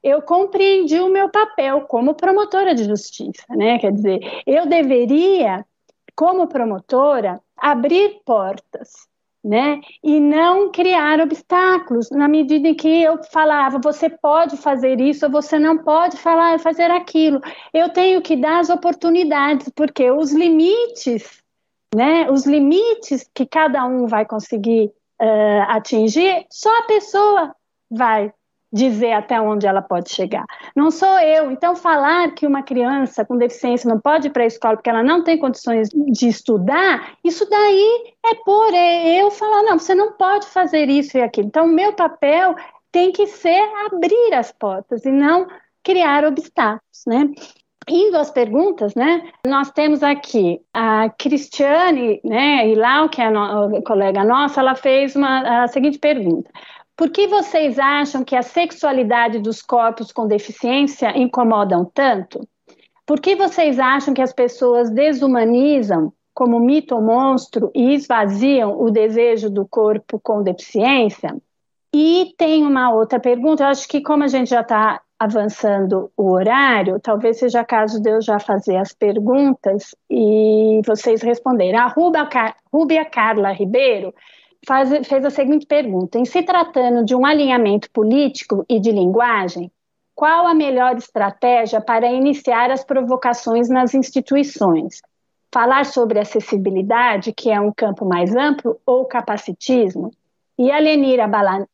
eu compreendi o meu papel como promotora de justiça, né? Quer dizer, eu deveria, como promotora, abrir portas, né? E não criar obstáculos, na medida em que eu falava, você pode fazer isso, ou você não pode falar, fazer aquilo. Eu tenho que dar as oportunidades, porque os limites, né? Os limites que cada um vai conseguir uh, atingir, só a pessoa vai dizer até onde ela pode chegar. Não sou eu. Então, falar que uma criança com deficiência não pode ir para a escola porque ela não tem condições de estudar, isso daí é por eu falar, não, você não pode fazer isso e aquilo. Então, o meu papel tem que ser abrir as portas e não criar obstáculos, né? Indo às perguntas, né? Nós temos aqui a Cristiane, né, Ilau, que é a, no, a colega nossa, ela fez uma, a seguinte pergunta. Por que vocês acham que a sexualidade dos corpos com deficiência incomodam tanto? Por que vocês acham que as pessoas desumanizam como mito ou monstro e esvaziam o desejo do corpo com deficiência? E tem uma outra pergunta, eu acho que como a gente já está avançando o horário, talvez seja caso de eu já fazer as perguntas e vocês responderem. A Rúbia, Rúbia Carla Ribeiro Faz, fez a seguinte pergunta: em se tratando de um alinhamento político e de linguagem, qual a melhor estratégia para iniciar as provocações nas instituições? Falar sobre acessibilidade, que é um campo mais amplo, ou capacitismo? E a Lenira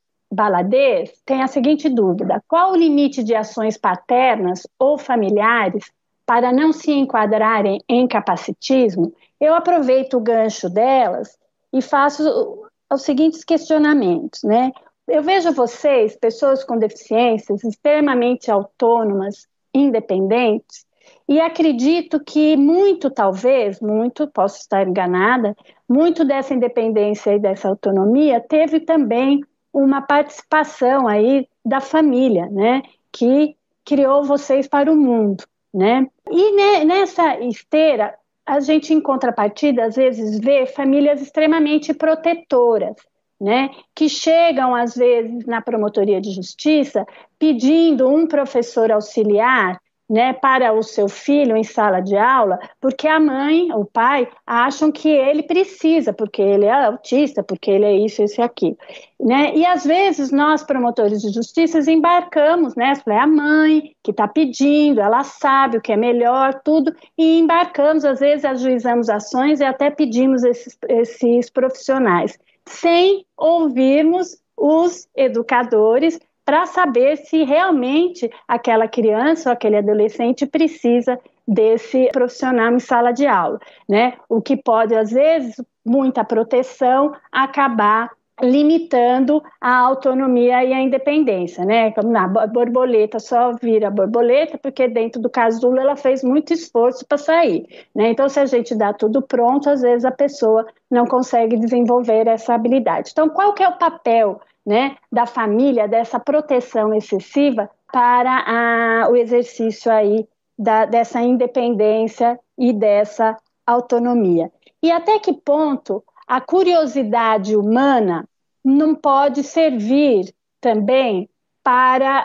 Baladez tem a seguinte dúvida: qual o limite de ações paternas ou familiares para não se enquadrarem em capacitismo? Eu aproveito o gancho delas e faço os seguintes questionamentos, né? Eu vejo vocês, pessoas com deficiências, extremamente autônomas, independentes, e acredito que muito, talvez, muito, posso estar enganada, muito dessa independência e dessa autonomia teve também uma participação aí da família, né? Que criou vocês para o mundo, né? E nessa esteira, a gente, em contrapartida, às vezes vê famílias extremamente protetoras, né, que chegam, às vezes, na promotoria de justiça pedindo um professor auxiliar, né, para o seu filho em sala de aula, porque a mãe, o pai, acham que ele precisa, porque ele é autista, porque ele é isso, isso e aquilo. Né? E, às vezes, nós, promotores de justiça, embarcamos, né, é a mãe que está pedindo, ela sabe o que é melhor, tudo, e embarcamos, às vezes, ajuizamos ações e até pedimos esses, esses profissionais, sem ouvirmos os educadores, para saber se realmente aquela criança ou aquele adolescente precisa desse profissional em sala de aula, né? O que pode, às vezes, muita proteção, acabar limitando a autonomia e a independência, né? Como na borboleta só vira borboleta, porque dentro do casulo ela fez muito esforço para sair, né? Então, se a gente dá tudo pronto, às vezes a pessoa não consegue desenvolver essa habilidade. Então, qual que é o papel, né, da família, dessa proteção excessiva para a, o exercício aí da, dessa independência e dessa autonomia? E até que ponto a curiosidade humana não pode servir também para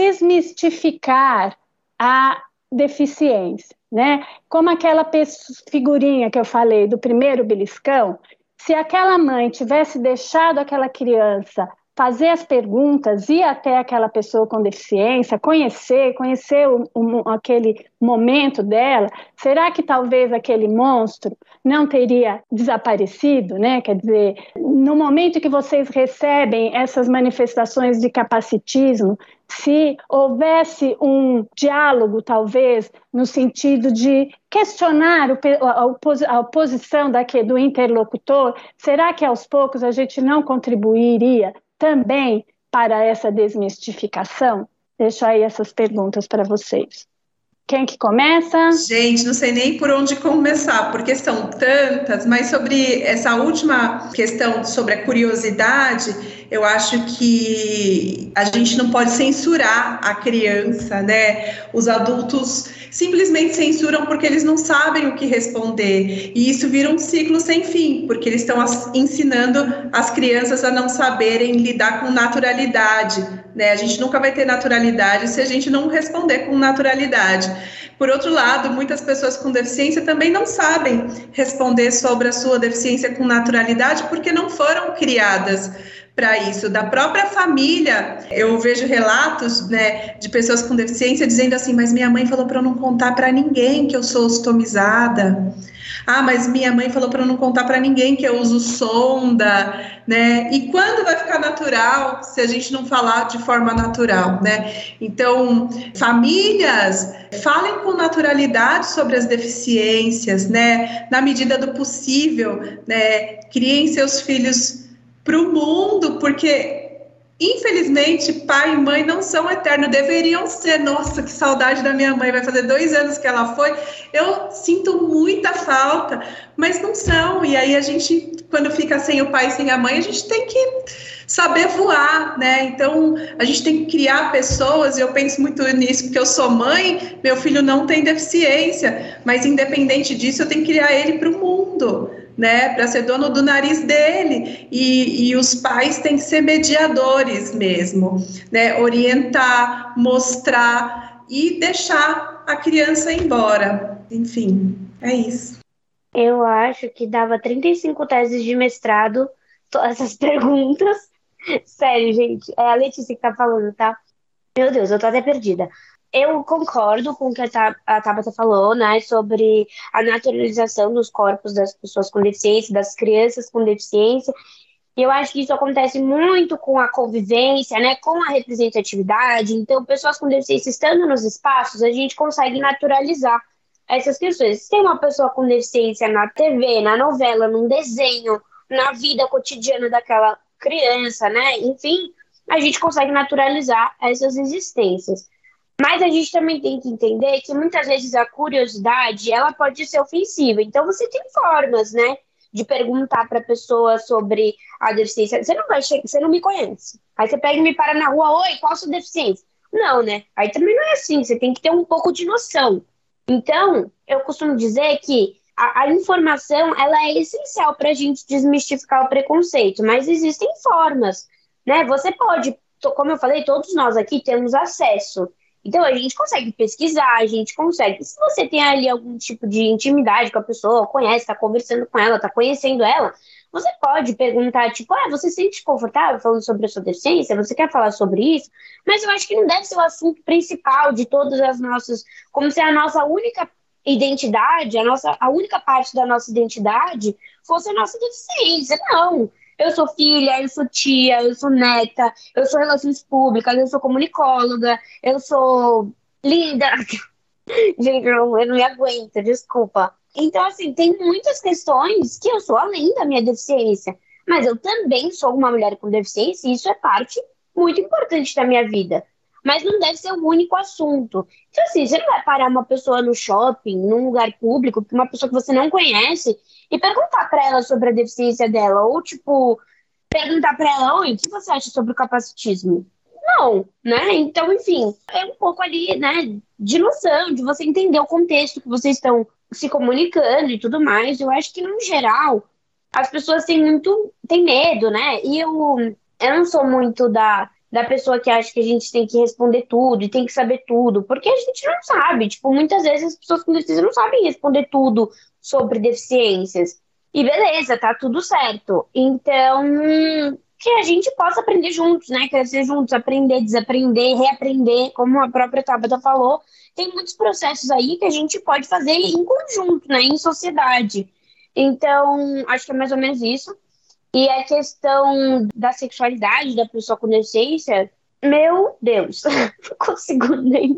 desmistificar a deficiência, né? Como aquela figurinha que eu falei do primeiro beliscão, se aquela mãe tivesse deixado aquela criança fazer as perguntas, ir até aquela pessoa com deficiência, conhecer, conhecer o, o, aquele momento dela, será que talvez aquele monstro não teria desaparecido, né? Quer dizer, no momento que vocês recebem essas manifestações de capacitismo, se houvesse um diálogo, talvez, no sentido de questionar o, a, opos, a oposição daqui, do interlocutor, será que aos poucos a gente não contribuiria também para essa desmistificação? Deixo aí essas perguntas para vocês. Quem que começa? Gente, não sei nem por onde começar, porque são tantas, mas sobre essa última questão, sobre a curiosidade, eu acho que a gente não pode censurar a criança, né? Os adultos simplesmente censuram porque eles não sabem o que responder. E isso vira um ciclo sem fim, porque eles estão ensinando as crianças a não saberem lidar com naturalidade, né? A gente nunca vai ter naturalidade se a gente não responder com naturalidade. Por outro lado, muitas pessoas com deficiência também não sabem responder sobre a sua deficiência com naturalidade porque não foram criadas para isso. Da própria família, eu vejo relatos, né, de pessoas com deficiência dizendo assim, mas minha mãe falou para eu não contar para ninguém que eu sou ostomizada. Ah, mas minha mãe falou para eu não contar para ninguém que eu uso sonda, né? E quando vai ficar natural se a gente não falar de forma natural, né? Então, famílias, falem com naturalidade sobre as deficiências, né? Na medida do possível, né? Criem seus filhos para o mundo, porque infelizmente pai e mãe não são eternos, deveriam ser. Nossa, que saudade da minha mãe, vai fazer dois anos que ela foi, eu sinto muita falta, mas não são. E aí a gente, quando fica sem o pai e sem a mãe, a gente tem que saber voar, né? Então a gente tem que criar pessoas, e eu penso muito nisso porque eu sou mãe, meu filho não tem deficiência, mas independente disso eu tenho que criar ele para o mundo, né, para ser dono do nariz dele, e, e os pais têm que ser mediadores mesmo, né, orientar, mostrar e deixar a criança ir embora. Enfim, é isso. Eu acho que dava trinta e cinco teses de mestrado, todas essas perguntas. Sério, gente, é a Letícia que tá falando, tá? Meu Deus, eu tô até perdida. Eu concordo com o que a Tabata falou, né, sobre a naturalização dos corpos das pessoas com deficiência, das crianças com deficiência. E eu acho que isso acontece muito com a convivência, né, com a representatividade. Então, pessoas com deficiência estando nos espaços, a gente consegue naturalizar essas questões. Se tem uma pessoa com deficiência na T V, na novela, num desenho, na vida cotidiana daquela criança, né, enfim, a gente consegue naturalizar essas existências. Mas a gente também tem que entender que muitas vezes a curiosidade, ela pode ser ofensiva. Então você tem formas, né, de perguntar para a pessoa sobre a deficiência. Você não vai chegar, você não me conhece. Aí você pega e me para na rua, oi, qual a sua deficiência? Não, né? Aí também não é assim, você tem que ter um pouco de noção. Então, eu costumo dizer que a, a informação, ela é essencial para a gente desmistificar o preconceito, mas existem formas, né? Você pode, como eu falei, todos nós aqui temos acesso. Então, a gente consegue pesquisar, a gente consegue. Se você tem ali algum tipo de intimidade com a pessoa, conhece, está conversando com ela, está conhecendo ela, você pode perguntar, tipo, ah, você se sente confortável falando sobre a sua deficiência? Você quer falar sobre isso? Mas eu acho que não deve ser o assunto principal de todas as nossas... Como se a nossa única identidade, a, nossa, a única parte da nossa identidade fosse a nossa deficiência. Não. Eu sou filha, eu sou tia, eu sou neta, eu sou relações públicas, eu sou comunicóloga, eu sou linda. Gente, eu não, eu não me aguento, desculpa. Então, assim, tem muitas questões que eu sou além da minha deficiência, mas eu também sou uma mulher com deficiência e isso é parte muito importante da minha vida. Mas não deve ser o único assunto. Então, assim, você não vai parar uma pessoa no shopping, num lugar público, uma pessoa que você não conhece, e perguntar para ela sobre a deficiência dela. Ou, tipo, perguntar para ela, oi, o que você acha sobre o capacitismo? Não, né? Então, enfim, é um pouco ali, né, de noção, de você entender o contexto que vocês estão se comunicando e tudo mais. Eu acho que, no geral, as pessoas têm muito, têm medo, né? E eu, eu não sou muito da... da pessoa que acha que a gente tem que responder tudo e tem que saber tudo, porque a gente não sabe, tipo, muitas vezes as pessoas com deficiência não sabem responder tudo sobre deficiências, e beleza, tá tudo certo, então, que a gente possa aprender juntos, né, crescer juntos, aprender, desaprender, reaprender, como a própria Tabata falou, tem muitos processos aí que a gente pode fazer em conjunto, né, em sociedade, então, acho que é mais ou menos isso. E a questão da sexualidade da pessoa com deficiência, meu Deus, não consigo nem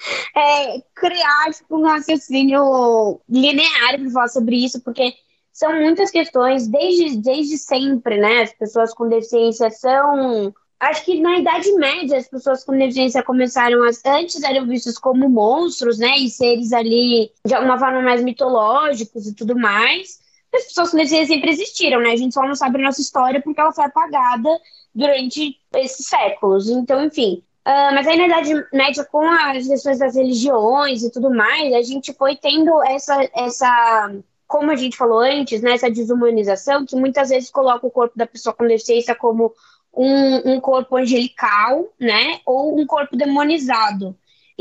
é, criar tipo, um raciocínio linear para falar sobre isso, porque são muitas questões, desde, desde sempre, né? As pessoas com deficiência são... Acho que na Idade Média as pessoas com deficiência começaram a... Antes eram vistos como monstros, né? E seres ali, de alguma forma, mais mitológicos e tudo mais. as pessoas com deficiência sempre existiram, né? A gente só não sabe a nossa história porque ela foi apagada durante esses séculos. Então, enfim. Uh, mas aí, na Idade Média, com as questões das religiões e tudo mais, a gente foi tendo essa, essa, como a gente falou antes, né, essa desumanização, que muitas vezes coloca o corpo da pessoa com deficiência como um, um corpo angelical, né, ou um corpo demonizado.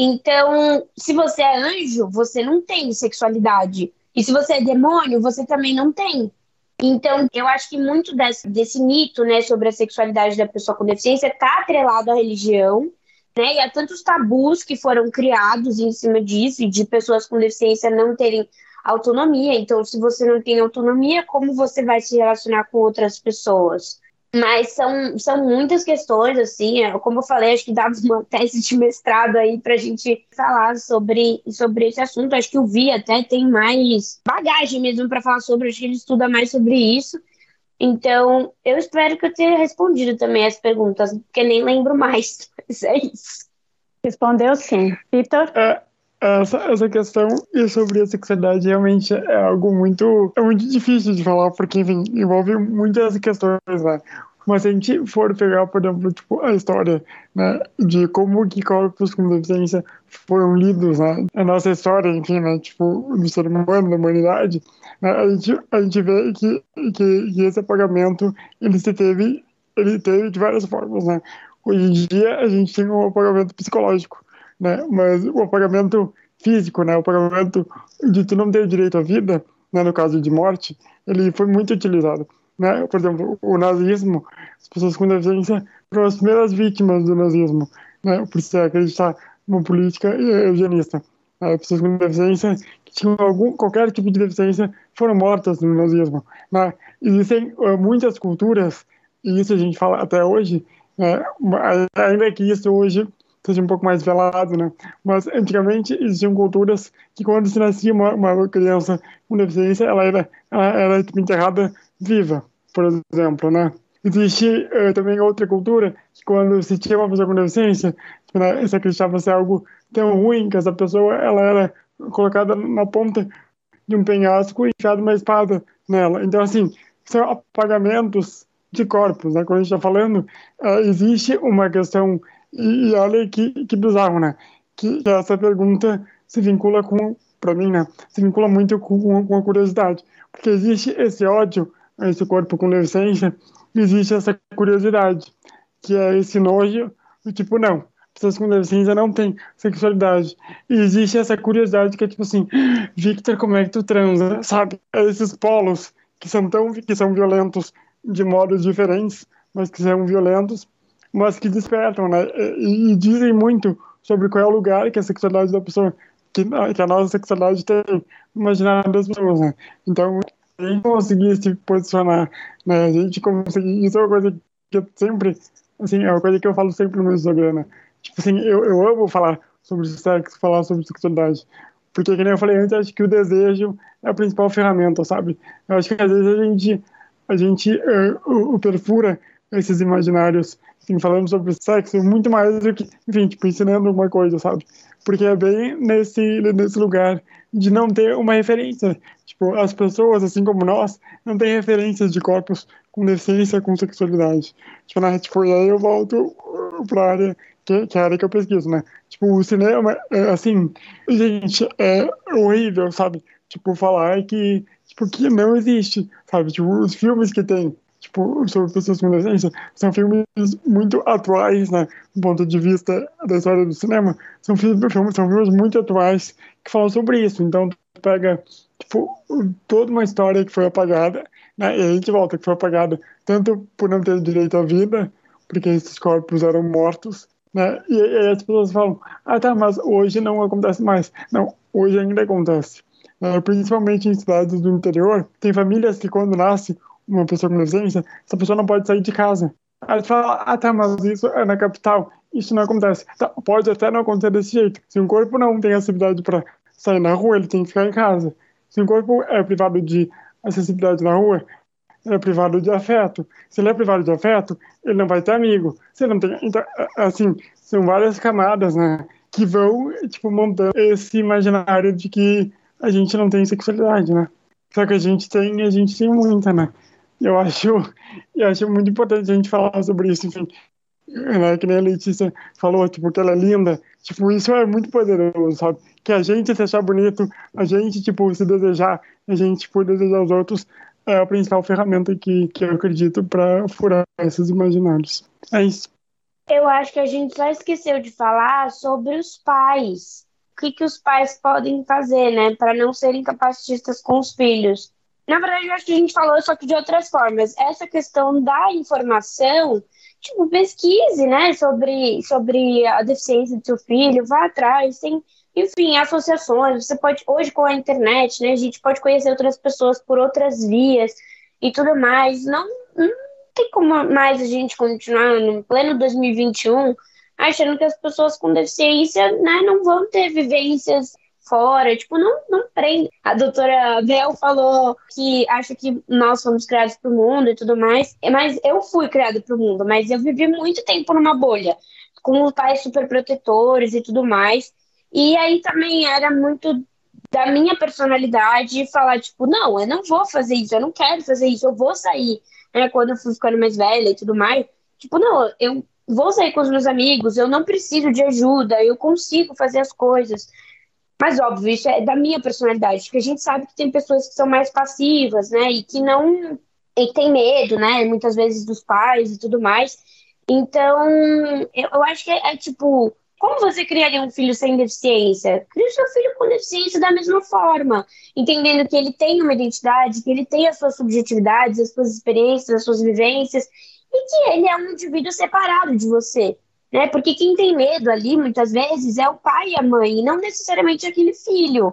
Então, se você é anjo, você não tem sexualidade. E se você é demônio, você também não tem. Então, eu acho que muito desse, desse mito, né, sobre a sexualidade da pessoa com deficiência está atrelado à religião, né, e há tantos tabus que foram criados em cima disso, e de pessoas com deficiência não terem autonomia. Então, se você não tem autonomia, como você vai se relacionar com outras pessoas? Mas são, são muitas questões, assim, como eu falei, acho que dava uma tese de mestrado aí pra gente falar sobre, sobre esse assunto. Acho que o Vi até tem mais bagagem mesmo para falar sobre, acho que ele estuda mais sobre isso. Então, eu espero que eu tenha respondido também as perguntas, porque nem lembro mais, mas é isso. Respondeu sim. Vitor? É, essa, essa questão e sobre a sexualidade realmente é algo muito, é muito difícil de falar, porque, enfim, envolve muitas questões, né? Mas se a gente for pegar, por exemplo, tipo, a história, né, de como que corpos com deficiência foram lidos, né, a nossa história, enfim, né, tipo, do ser humano, da humanidade, né, a gente, a gente vê que, que, que esse apagamento, ele se teve, ele teve de várias formas, né. Hoje em dia, a gente tem um apagamento psicológico, né, mas o apagamento físico, né, o apagamento de tu não ter direito à vida, né, no caso de morte, ele foi muito utilizado. Né? Por exemplo, o nazismo, as pessoas com deficiência foram as primeiras vítimas do nazismo, né? Por se acreditar numa política eugenista. As pessoas com deficiência que tinham algum, qualquer tipo de deficiência foram mortas no nazismo. Né? Existem uh, muitas culturas, e isso a gente fala até hoje, né? Ainda que isso hoje seja um pouco mais velado, né? Mas antigamente existiam culturas que quando se nascia uma, uma criança com deficiência, ela era, ela era tipo, enterrada viva, por exemplo, né? Existe uh, também outra cultura que quando se tinha uma pessoa com deficiência, né, se acreditava ser algo tão ruim que essa pessoa ela era colocada na ponta de um penhasco e enfiada uma espada nela. Então, assim, são apagamentos de corpos, né? Quando a gente está falando, uh, existe uma questão, e, e olha que, que bizarro, né? Que, que essa pergunta se vincula com, para mim, né? Se vincula muito com, com a curiosidade, porque existe esse ódio a esse corpo com deficiência, existe essa curiosidade, que é esse nojo, do tipo, não, pessoas com deficiência não têm sexualidade. E existe essa curiosidade que é tipo assim, Victor, como é que tu transa? Sabe? É esses polos que são tão, que são violentos de modos diferentes, mas que são violentos, mas que despertam, né? E, e dizem muito sobre qual é o lugar que a sexualidade da pessoa, que, que a nossa sexualidade tem no imaginário das pessoas, né? Então, a gente conseguir se posicionar, né? A gente conseguir, isso é uma coisa que eu sempre, assim, é uma coisa que eu falo sempre no meu Instagram, né? Tipo assim, eu, eu amo falar sobre sexo, falar sobre sexualidade, porque, que nem eu falei antes, acho que o desejo é a principal ferramenta, sabe? Eu acho que às vezes a gente, a gente uh, uh, perfura esses imaginários, assim, falando sobre sexo, muito mais do que, enfim, tipo, ensinando alguma coisa, sabe? Porque é bem nesse, nesse lugar de não ter uma referência. Tipo, as pessoas, assim como nós, não têm referências de corpos com deficiência, com sexualidade. Tipo, né? Tipo, e aí eu volto pra área, que, que é a área que eu pesquiso, né? Tipo, o cinema, é, assim, gente, é horrível, sabe? Tipo, falar que, tipo, que não existe, sabe? Tipo, os filmes que tem, tipo, sobre pessoas com deficiência, são filmes muito atuais, né, do ponto de vista da história do cinema, são filmes, são filmes muito atuais que falam sobre isso. Então, tu pega, tipo, toda uma história que foi apagada, né, e a gente volta, que foi apagada tanto por não ter direito à vida, porque esses corpos eram mortos, né, e, e aí as pessoas falam, ah, tá, mas hoje não acontece mais. Não, hoje ainda acontece. Né, principalmente em cidades do interior, tem famílias que quando nasce uma pessoa com deficiência, essa pessoa não pode sair de casa. Aí tu fala, ah tá, mas isso é na capital, isso não acontece. Tá, pode até não acontecer desse jeito. Se um corpo não tem acessibilidade para sair na rua, ele tem que ficar em casa. Se um corpo é privado de acessibilidade na rua, ele é privado de afeto. Se ele é privado de afeto, ele não vai ter amigo. Se ele não tem... Então, assim, são várias camadas, né, que vão, tipo, montando esse imaginário de que a gente não tem sexualidade, né. Só que a gente tem, a gente tem muita, né? Eu acho, eu acho muito importante a gente falar sobre isso, enfim. Né, que nem a Letícia falou, tipo, que ela é linda. Tipo, isso é muito poderoso, sabe? Que a gente se achar bonito, a gente, tipo, se desejar, a gente, tipo, desejar aos outros, é a principal ferramenta que, que eu acredito para furar esses imaginários. É isso. Eu acho que a gente só esqueceu de falar sobre os pais. O que, que os pais podem fazer, né, para não serem capacitistas com os filhos. Na verdade, eu acho que a gente falou só que de outras formas. Essa questão da informação, tipo, pesquise, né, sobre, sobre a deficiência do seu filho, vá atrás, tem, enfim, associações. Você pode, hoje com a internet, né, a gente pode conhecer outras pessoas por outras vias e tudo mais. Não, não tem como mais a gente continuar no pleno dois mil e vinte e um achando que as pessoas com deficiência, né, não vão ter vivências fora, tipo, não, não prende. A doutora Bel falou que acha que nós fomos criados para o mundo e tudo mais, mas eu fui criada para o mundo, mas eu vivi muito tempo numa bolha, com os pais super protetores e tudo mais, e aí também era muito da minha personalidade falar, tipo, não, eu não vou fazer isso, eu não quero fazer isso, eu vou sair, né, quando eu fui ficando mais velha e tudo mais, tipo, não, eu vou sair com os meus amigos, eu não preciso de ajuda, eu consigo fazer as coisas. Mas, óbvio, isso é da minha personalidade, porque a gente sabe que tem pessoas que são mais passivas, né, e que não... e que tem medo, né, muitas vezes dos pais e tudo mais. Então, eu, eu acho que é, é tipo... Como você criaria um filho sem deficiência? Cria o seu filho com deficiência da mesma forma, entendendo que ele tem uma identidade, que ele tem as suas subjetividades, as suas experiências, as suas vivências, e que ele é um indivíduo separado de você, né? Porque quem tem medo ali, muitas vezes, é o pai e a mãe, e não necessariamente aquele filho.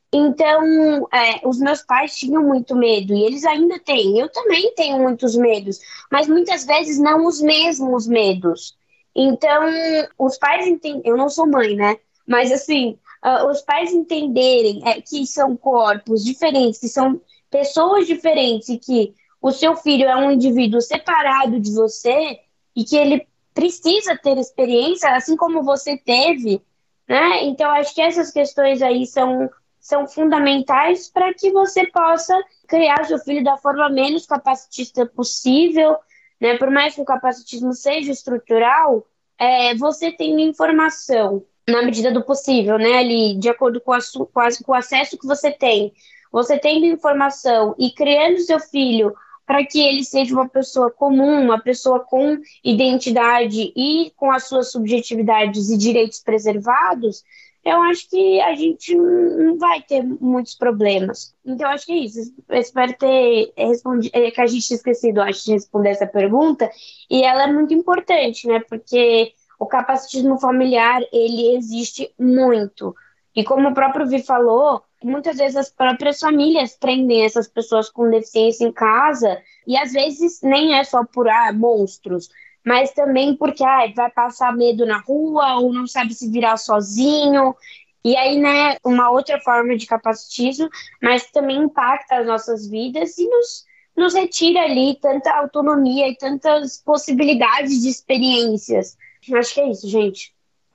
Então, é, os meus pais tinham muito medo, e eles ainda têm. Eu também tenho muitos medos, mas muitas vezes não os mesmos medos. Então, os pais entendem. Eu não sou mãe, né? Mas, assim, uh, os pais entenderem é, que são corpos diferentes, que são pessoas diferentes, e que o seu filho é um indivíduo separado de você, e que ele precisa ter experiência, assim como você teve, né? Então, acho que essas questões aí são, são fundamentais para que você possa criar seu filho da forma menos capacitista possível, né? Por mais que o capacitismo seja estrutural, é, você tem informação na medida do possível, né? Ali, de acordo com, a su, com, a, com o acesso que você tem, você tendo informação e criando seu filho para que ele seja uma pessoa comum, uma pessoa com identidade e com as suas subjetividades e direitos preservados, eu acho que a gente não vai ter muitos problemas. Então, eu acho que é isso. Eu espero ter respondido, é, que a gente tinha esquecido, acho, de responder essa pergunta, e ela é muito importante, né? Porque o capacitismo familiar, ele existe muito. E como o próprio Vi falou, muitas vezes as próprias famílias prendem essas pessoas com deficiência em casa, e às vezes nem é só por ah, monstros, mas também porque ah, vai passar medo na rua ou não sabe se virar sozinho. E aí, né, uma outra forma de capacitismo, mas que também impacta as nossas vidas e nos, nos retira ali tanta autonomia e tantas possibilidades de experiências. Acho que é isso, gente.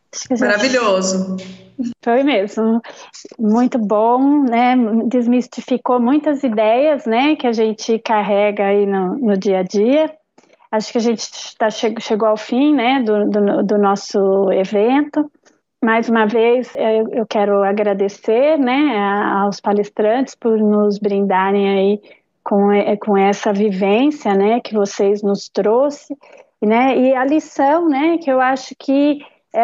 Maravilhoso. Foi mesmo, muito bom, né? Desmistificou muitas ideias, né, que a gente carrega aí no, no dia a dia. Acho que a gente tá, chegou ao fim, né, do, do, do nosso evento. Mais uma vez, eu, eu quero agradecer, né, aos palestrantes por nos brindarem aí com, com essa vivência, né, que vocês nos trouxeram, né, e a lição, né, que eu acho que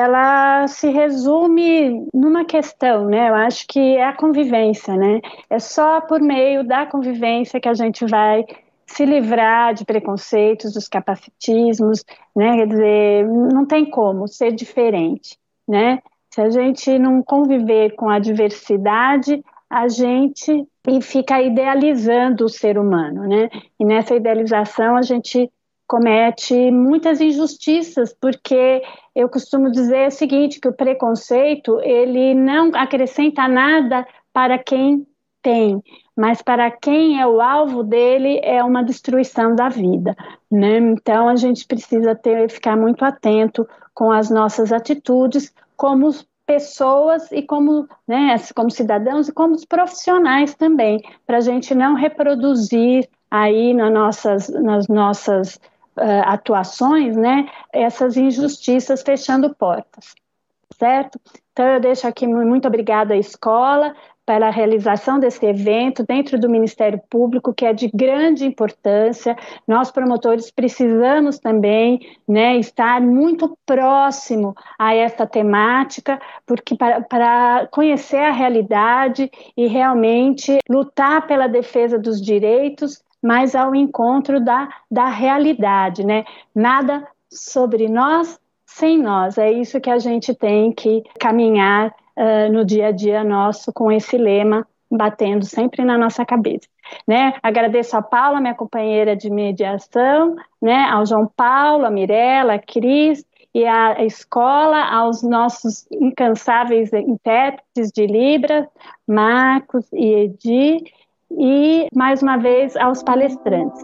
ela se resume numa questão, né? Eu acho que é a convivência, né? É só por meio da convivência que a gente vai se livrar de preconceitos, dos capacitismos, né? Quer dizer, não tem como ser diferente, né? Se a gente não conviver com a diversidade, a gente fica idealizando o ser humano, né? E nessa idealização a gente comete muitas injustiças, porque eu costumo dizer o seguinte, que o preconceito, ele não acrescenta nada para quem tem, mas para quem é o alvo dele é uma destruição da vida, né? Então a gente precisa ter, ficar muito atento com as nossas atitudes, como pessoas e como, né, como cidadãos e como profissionais também, para a gente não reproduzir aí nas nossas, nas nossas uh, atuações, né, essas injustiças fechando portas, certo? Então eu deixo aqui muito obrigada à escola pela realização desse evento dentro do Ministério Público, que é de grande importância. Nós, promotores, precisamos também, né, estar muito próximo a essa temática, porque para, para conhecer a realidade e realmente lutar pela defesa dos direitos, mas ao encontro da, da realidade, né? Nada sobre nós sem nós. É isso que a gente tem que caminhar Uh, no dia a dia nosso, com esse lema batendo sempre na nossa cabeça, né? Agradeço a Paula, minha companheira de mediação, né? Ao João Paulo, a Mirella, a Cris e a escola, aos nossos incansáveis intérpretes de Libras, Marcos e Edi, e mais uma vez aos palestrantes.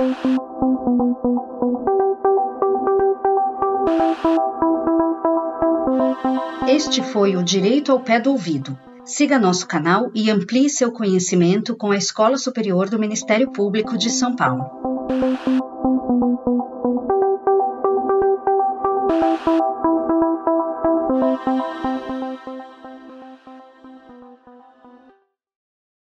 Este foi o Direito ao Pé do Ouvido. Siga nosso canal e amplie seu conhecimento com a Escola Superior do Ministério Público de São Paulo.